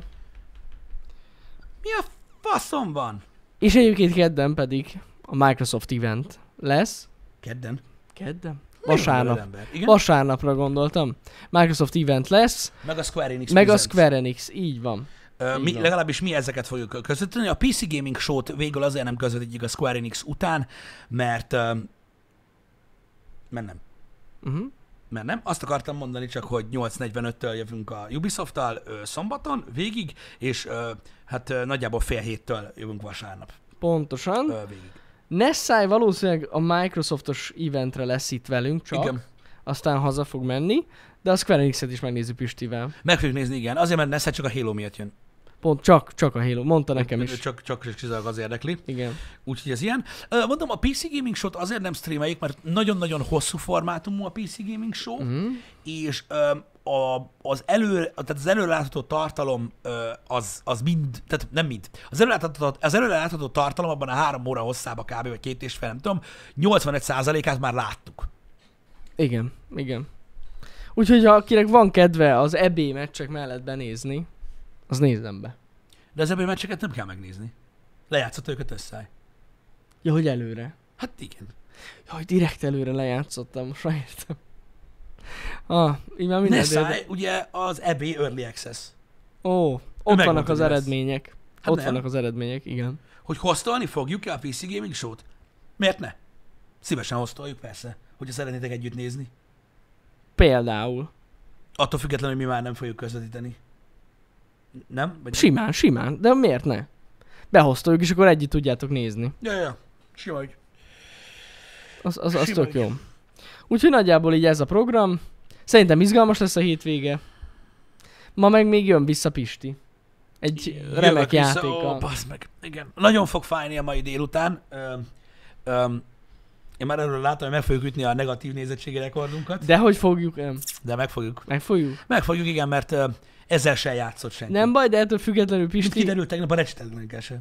Mi a faszom van? És egyébként kedden pedig a Microsoft event lesz. Kedden? Kedden? Mi van Vasárnap. veled, ember? Igen? Vasárnapra gondoltam. Microsoft event lesz, Meg a Square Enix meg a Presents. Square Enix. Így van. Ö, Így mi, van. legalábbis mi ezeket fogjuk közvetíteni. A pé cé Gaming Show-t végül azért nem közvetítjük a Square Enix után, mert, ö, mert nem. Uh-huh. mert nem. Azt akartam mondani csak, hogy nyolc negyvenöttől jövünk a Ubisoft-tal ö, szombaton végig, és ö, hát ö, nagyjából fél héttől jövünk vasárnap Pontosan. ö, végig. Nessai valószínűleg a Microsoftos eventre lesz itt velünk csak, Igen. aztán haza fog menni, de a Square Enix-et is megnézzük Pistivel. Meg fogjuk nézni, igen. Azért, mert Nessa csak a Halo miatt jön. Pont csak, csak a Halo, mondta nekem is. Csak, csak és kizárólag az érdekli. Igen. Úgyhogy ez ilyen. Ö, Mondom, a pé cé Gaming Show-t azért nem streameljük, mert nagyon-nagyon hosszú formátumú a pé cé Gaming Show, Uh-huh. és ö, a, az, elő, tehát az előrelátható tartalom ö, az, az mind, tehát nem mind. Az előrelátható, az előrelátható tartalom abban a három óra hosszába kb. Vagy két és fél, nem tudom, nyolcvanegy százalékát már láttuk. Igen, igen. Úgyhogy ha akinek van kedve az é bé meccsek mellett benézni, az nézzem be. De az ebből meccseket nem kell megnézni. Lejátszott őket össze. Ja, hogy előre. Hát igen. Ja, hogy direkt előre lejátszottam, most már értem. Ah, így már minden Nessai, ugye az é bé Early Access. Ó, ott megmondta, vannak az mi lesz. eredmények. Hát ott nem. vannak az eredmények, igen. Hogy hoztolni fogjuk-e a pé cé Gaming Show-t? Miért ne? Szívesen hoztoljuk, persze, hogyha szeretnétek együtt nézni. Például. Attól függetlenül, hogy mi már nem fogjuk közvetíteni. Nem? Vagy... Simán, simán, de miért ne? Behoztoljuk, és akkor együtt tudjátok nézni. Ja, ja, sima ügy. Az, az, az Sima tök ügy. jó. Úgyhogy nagyjából így ez a program. Szerintem izgalmas lesz a hétvége. Ma meg még jön vissza Pisti. Egy Jövök remek vissza. játékkal. Ó, bassz meg. Igen. Nagyon fog fájni a mai délután. Öm, öm, én már erről látom, hogy meg fogjuk ütni a negatív nézettségi rekordunkat. De hogy fogjuk? Nem. De meg fogjuk. Meg fogjuk? Meg fogjuk, igen, mert ö, ezzel sem játszott senki. Nem baj, de ettől függetlenül Pisti. Pisti... Kiderült tegnap a Ratchet se.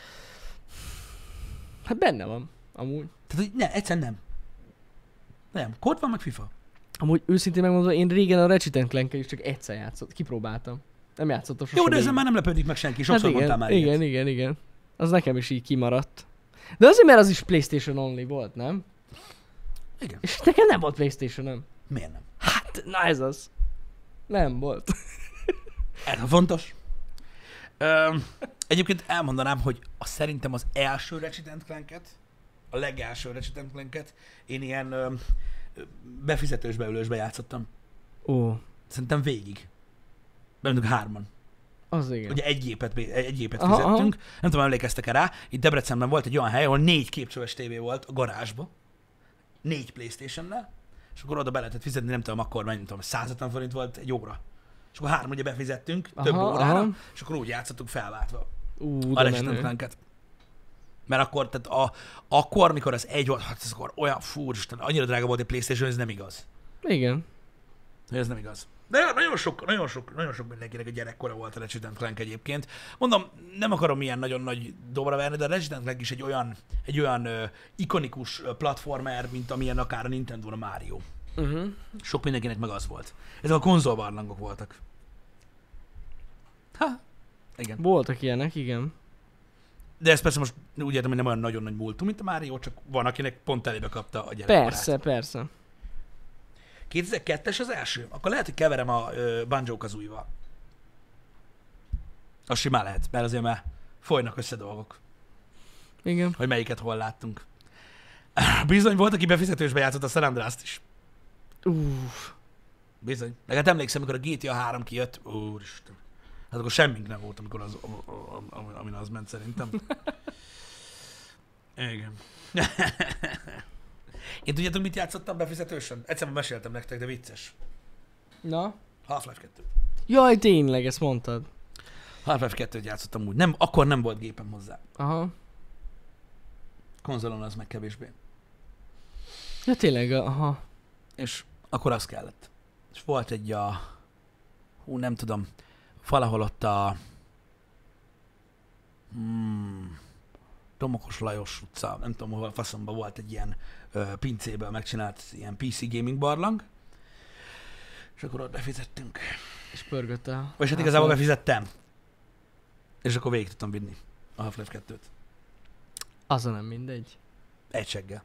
Hát benne van, amúgy. Tehát, hogy ne, egyszerűen nem. Nem. Kod van, meg FIFA. Amúgy őszintén megmondom, én régen a Ratchet and Clank-kel is csak egyszer játszott. Kipróbáltam. Nem játszottam sosem. Jó, de ezen végig. már nem lepődik meg senki. Sokszor hát igen, mondtál már igen, ilyet. igen, igen. Az nekem is így kimaradt. De azért, mert az is PlayStation only volt, nem? Igen. És nekem nem volt PlayStation-om. Miért nem? Hát, na ez az. Nem volt. Ez a fontos. Öm, egyébként elmondanám, hogy a, szerintem az első Ratchet and Clank-et, a legelső Ratchet and Clank-et én ilyen öm, befizetős beülősbe játszottam. Ó, Szerintem végig. Bennünk hárman. az igen. Ugye egy gépet, egy gépet Aha, fizettünk. Nem tudom, emlékeztek-e rá. Itt Debrecenben volt egy olyan hely, ahol négy képcsöves tévé volt a garázsba. Négy PlayStation-nel. És akkor oda be lehetett fizetni, nem tudom, akkor mennyi, nem tudom, száz ötven forint volt egy óra. És akkor három ugye befizettünk, Aha, több órára, aha. és akkor úgy játszottuk felváltva Ú, a de Ratchet and menő. Clanket. Mert akkor, tehát a, akkor, mikor az egy volt, hát ez akkor olyan, fú, Isten, annyira drága volt egy PlayStation, ez nem igaz. Igen. Ez nem igaz. De nagyon sok, nagyon sok, nagyon sok mindenkinek a gyerekkora volt a Ratchet and Clank egyébként. Mondom, nem akarom ilyen nagyon nagy dobra verni, de a Ratchet and Clank is egy olyan, egy olyan ö, ikonikus ö, platformer, mint amilyen akár a Nintendo a Mario. Uh-huh. Sok mindenkinek meg az volt. Ezek a konzolbarlangok voltak. Ha, igen. Voltak ilyenek, igen. De ez persze most úgy értem, hogy nem olyan nagyon nagy múltú, mint a Mario, csak van, akinek pont elébe kapta a gyerekkorát. Persze, persze. kétezer-kettes az első? Akkor lehet, hogy keverem a uh, Banjo-Kazooie-val. Az simán lehet, mert azért már folynak össze dolgok, Igen. hogy melyiket hol láttunk. Bizony volt, aki befizetősbe játszott a San Andreas-t is. Uff. Bizony. Legalább emlékszem, amikor a gé té á három kijött, úristen. Hát akkor semmink nem volt, amikor az, amin az ment szerintem. Igen. Én tudjátok, mit játszottam befizetősen? Egyszer meséltem nektek, de vicces. Na? Half-Life kettő. Jaj, tényleg, ezt mondtad. Half-Life kettőt játszottam úgy. Nem, akkor nem volt gépem hozzá. Aha. Konzolon az meg kevésbé. Ja, tényleg, aha. És akkor az kellett. És volt egy a... Hú, nem tudom. Valahol ott a... Hmm, Domokos Lajos utca, nem tudom, hol faszomban volt egy ilyen ö, pincéből megcsinált ilyen pé cé gaming barlang. És akkor ott befizettünk. És pörgött a... Vagy hát igazából befizettem. És akkor végig tudtam vinni a Half-Life kettőt. Azon nem mindegy. Egy seggel.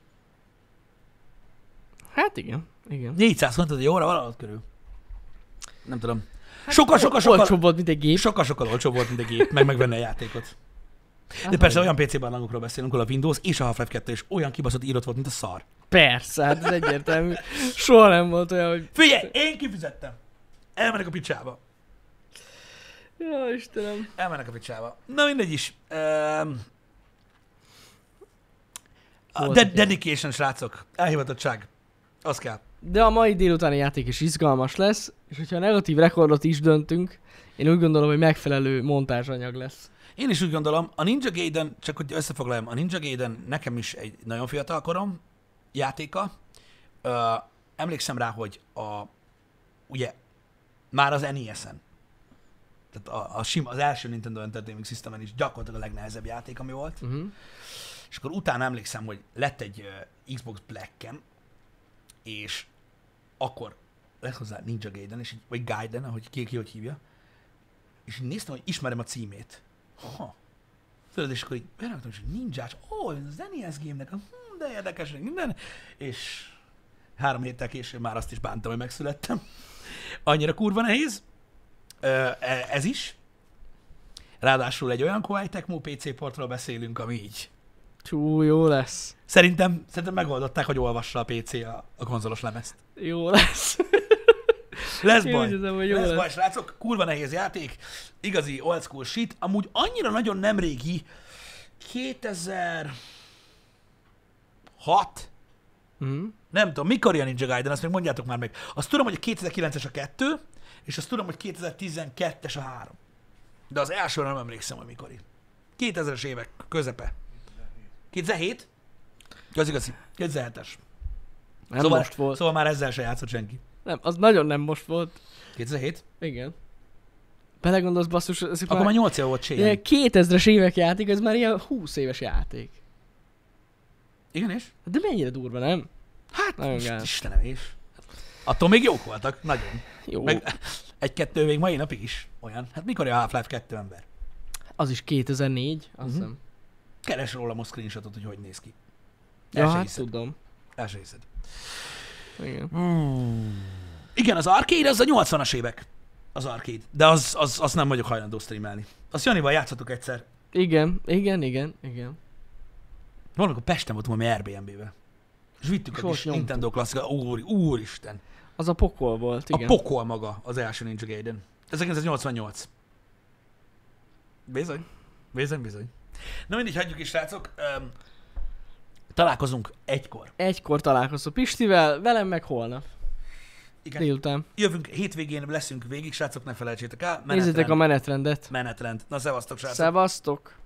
Hát igen, igen. négyszáz forint egy óra valahol körül. Nem tudom. Sokkal, sokkal, sokkal, Olcsóbb volt, mint egy gép. sokkal, sokkal olcsóbb volt, mint a gép, meg megvenni a játékot. De Az persze meg- olyan pé cé barlangokról beszélünk, ahol a Windows és a Half-Life kettő is olyan kibaszott írott volt, mint a szar. Persze, hát ez egyértelmű. Soha nem volt olyan, hogy... Figyelj, én kifizettem. Elmenek a picsába. Ja, Istenem. Elmennek a picsába. Na mindegy is. Um, a de- dedication, srácok. Elhivatottság. Az kell. De a mai délutáni játék is izgalmas lesz, és hogyha a negatív rekordot is döntünk, én úgy gondolom, hogy megfelelő montázsanyag lesz. Én is úgy gondolom, a Ninja Gaiden, csak hogy összefoglaljam, a Ninja Gaiden nekem is egy nagyon fiatal korom játéka. Ö, emlékszem rá, hogy a, ugye, már az en i es-en, tehát a, a sim, az első Nintendo Entertainment Systemen is gyakorlatilag a legnehezebb játék, ami volt. Uh-huh. És akkor utána emlékszem, hogy lett egy uh, Xbox Black-em, és akkor lett hozzá Ninja Gaiden, és így, vagy Gaiden, ahogy ki, ki hogy hívja, és így néztem, hogy ismerem a címét. Ha. Tudod, és akkor így beraktam, hogy ninjás, ó, oh, ez az en i es game-nek, hm, de érdekes, minden. És három héttel később már azt is bántam, hogy megszülettem. Annyira kurva nehéz. Ez is. Ráadásul egy olyan Koei Tecmo pé cé portról beszélünk, ami így. Csú, jó lesz. Szerintem, szerintem megoldották, hogy olvassa a pé cé a, a konzolos lemezt. Jó lesz. Lesz Én baj. úgy hiszem, hogy jó lesz, lesz. baj, srácok. Kurva nehéz játék. Igazi old school shit. Amúgy annyira nagyon nem régi. kétezer-hat? Uh-huh. Nem tudom, mikor jön Ninja Gaiden, azt még mondjátok már meg. Azt tudom, hogy a kétezer-kilences a kettő, és azt tudom, hogy kétezer-tizenkettes a három. De az elsőre nem emlékszem, hogy mikor. kétezres évek közepe. kétezer-hét? Az igazi. kétezer-hetes. Nem szóval, most volt. Szóval már ezzel se játszott senki. Nem, az nagyon nem most volt. kétezer-hét? Igen. Belegondolsz, basszus, ez Akkor már nyolc év volt Cheyenne. ilyen kétezres évek játék, ez már ilyen húsz éves játék. Igen és? De mennyire durva, nem? Hát, Nagyon most gáz. Istenem is. Attól még jók voltak, nagyon. Jó. Meg egy-kettő még mai napig is olyan. Hát mikor a Half-Life kettő ember? Az is kétezer-négy, azt Mhm. hiszem. Keres róla most screenshotot, hogy hogy néz ki. Ja, El se hát hiszed. tudom. El se hiszed. Igen. Igen, az arcade az a nyolcvanas évek. Az arcade. De az, az, az nem vagyok hajlandó streamelni. Azt Janival játszottuk egyszer. Igen, igen, igen, igen. Valamikor Pesten voltunk, ami er bé em bé-be. És vittük a És ott kis nyomtuk. Nintendo klasszika. Úr, úristen. Az a pokol volt, igen. A pokol maga az első Ninja Gaiden. ezerkilencszáznyolcvannyolc. Bizony. Bizony, bizony. Na mindig hagyjuk is, srácok. Um, találkozunk egykor. Egykor találkozom Pistivel, velem meg holnap. Igen. Délután. Jövünk, hétvégén leszünk végig, srácok, ne felejtsétek el. Nézzétek a menetrendet. Menetrend. Na, szevasztok, srácok. Szevasztok!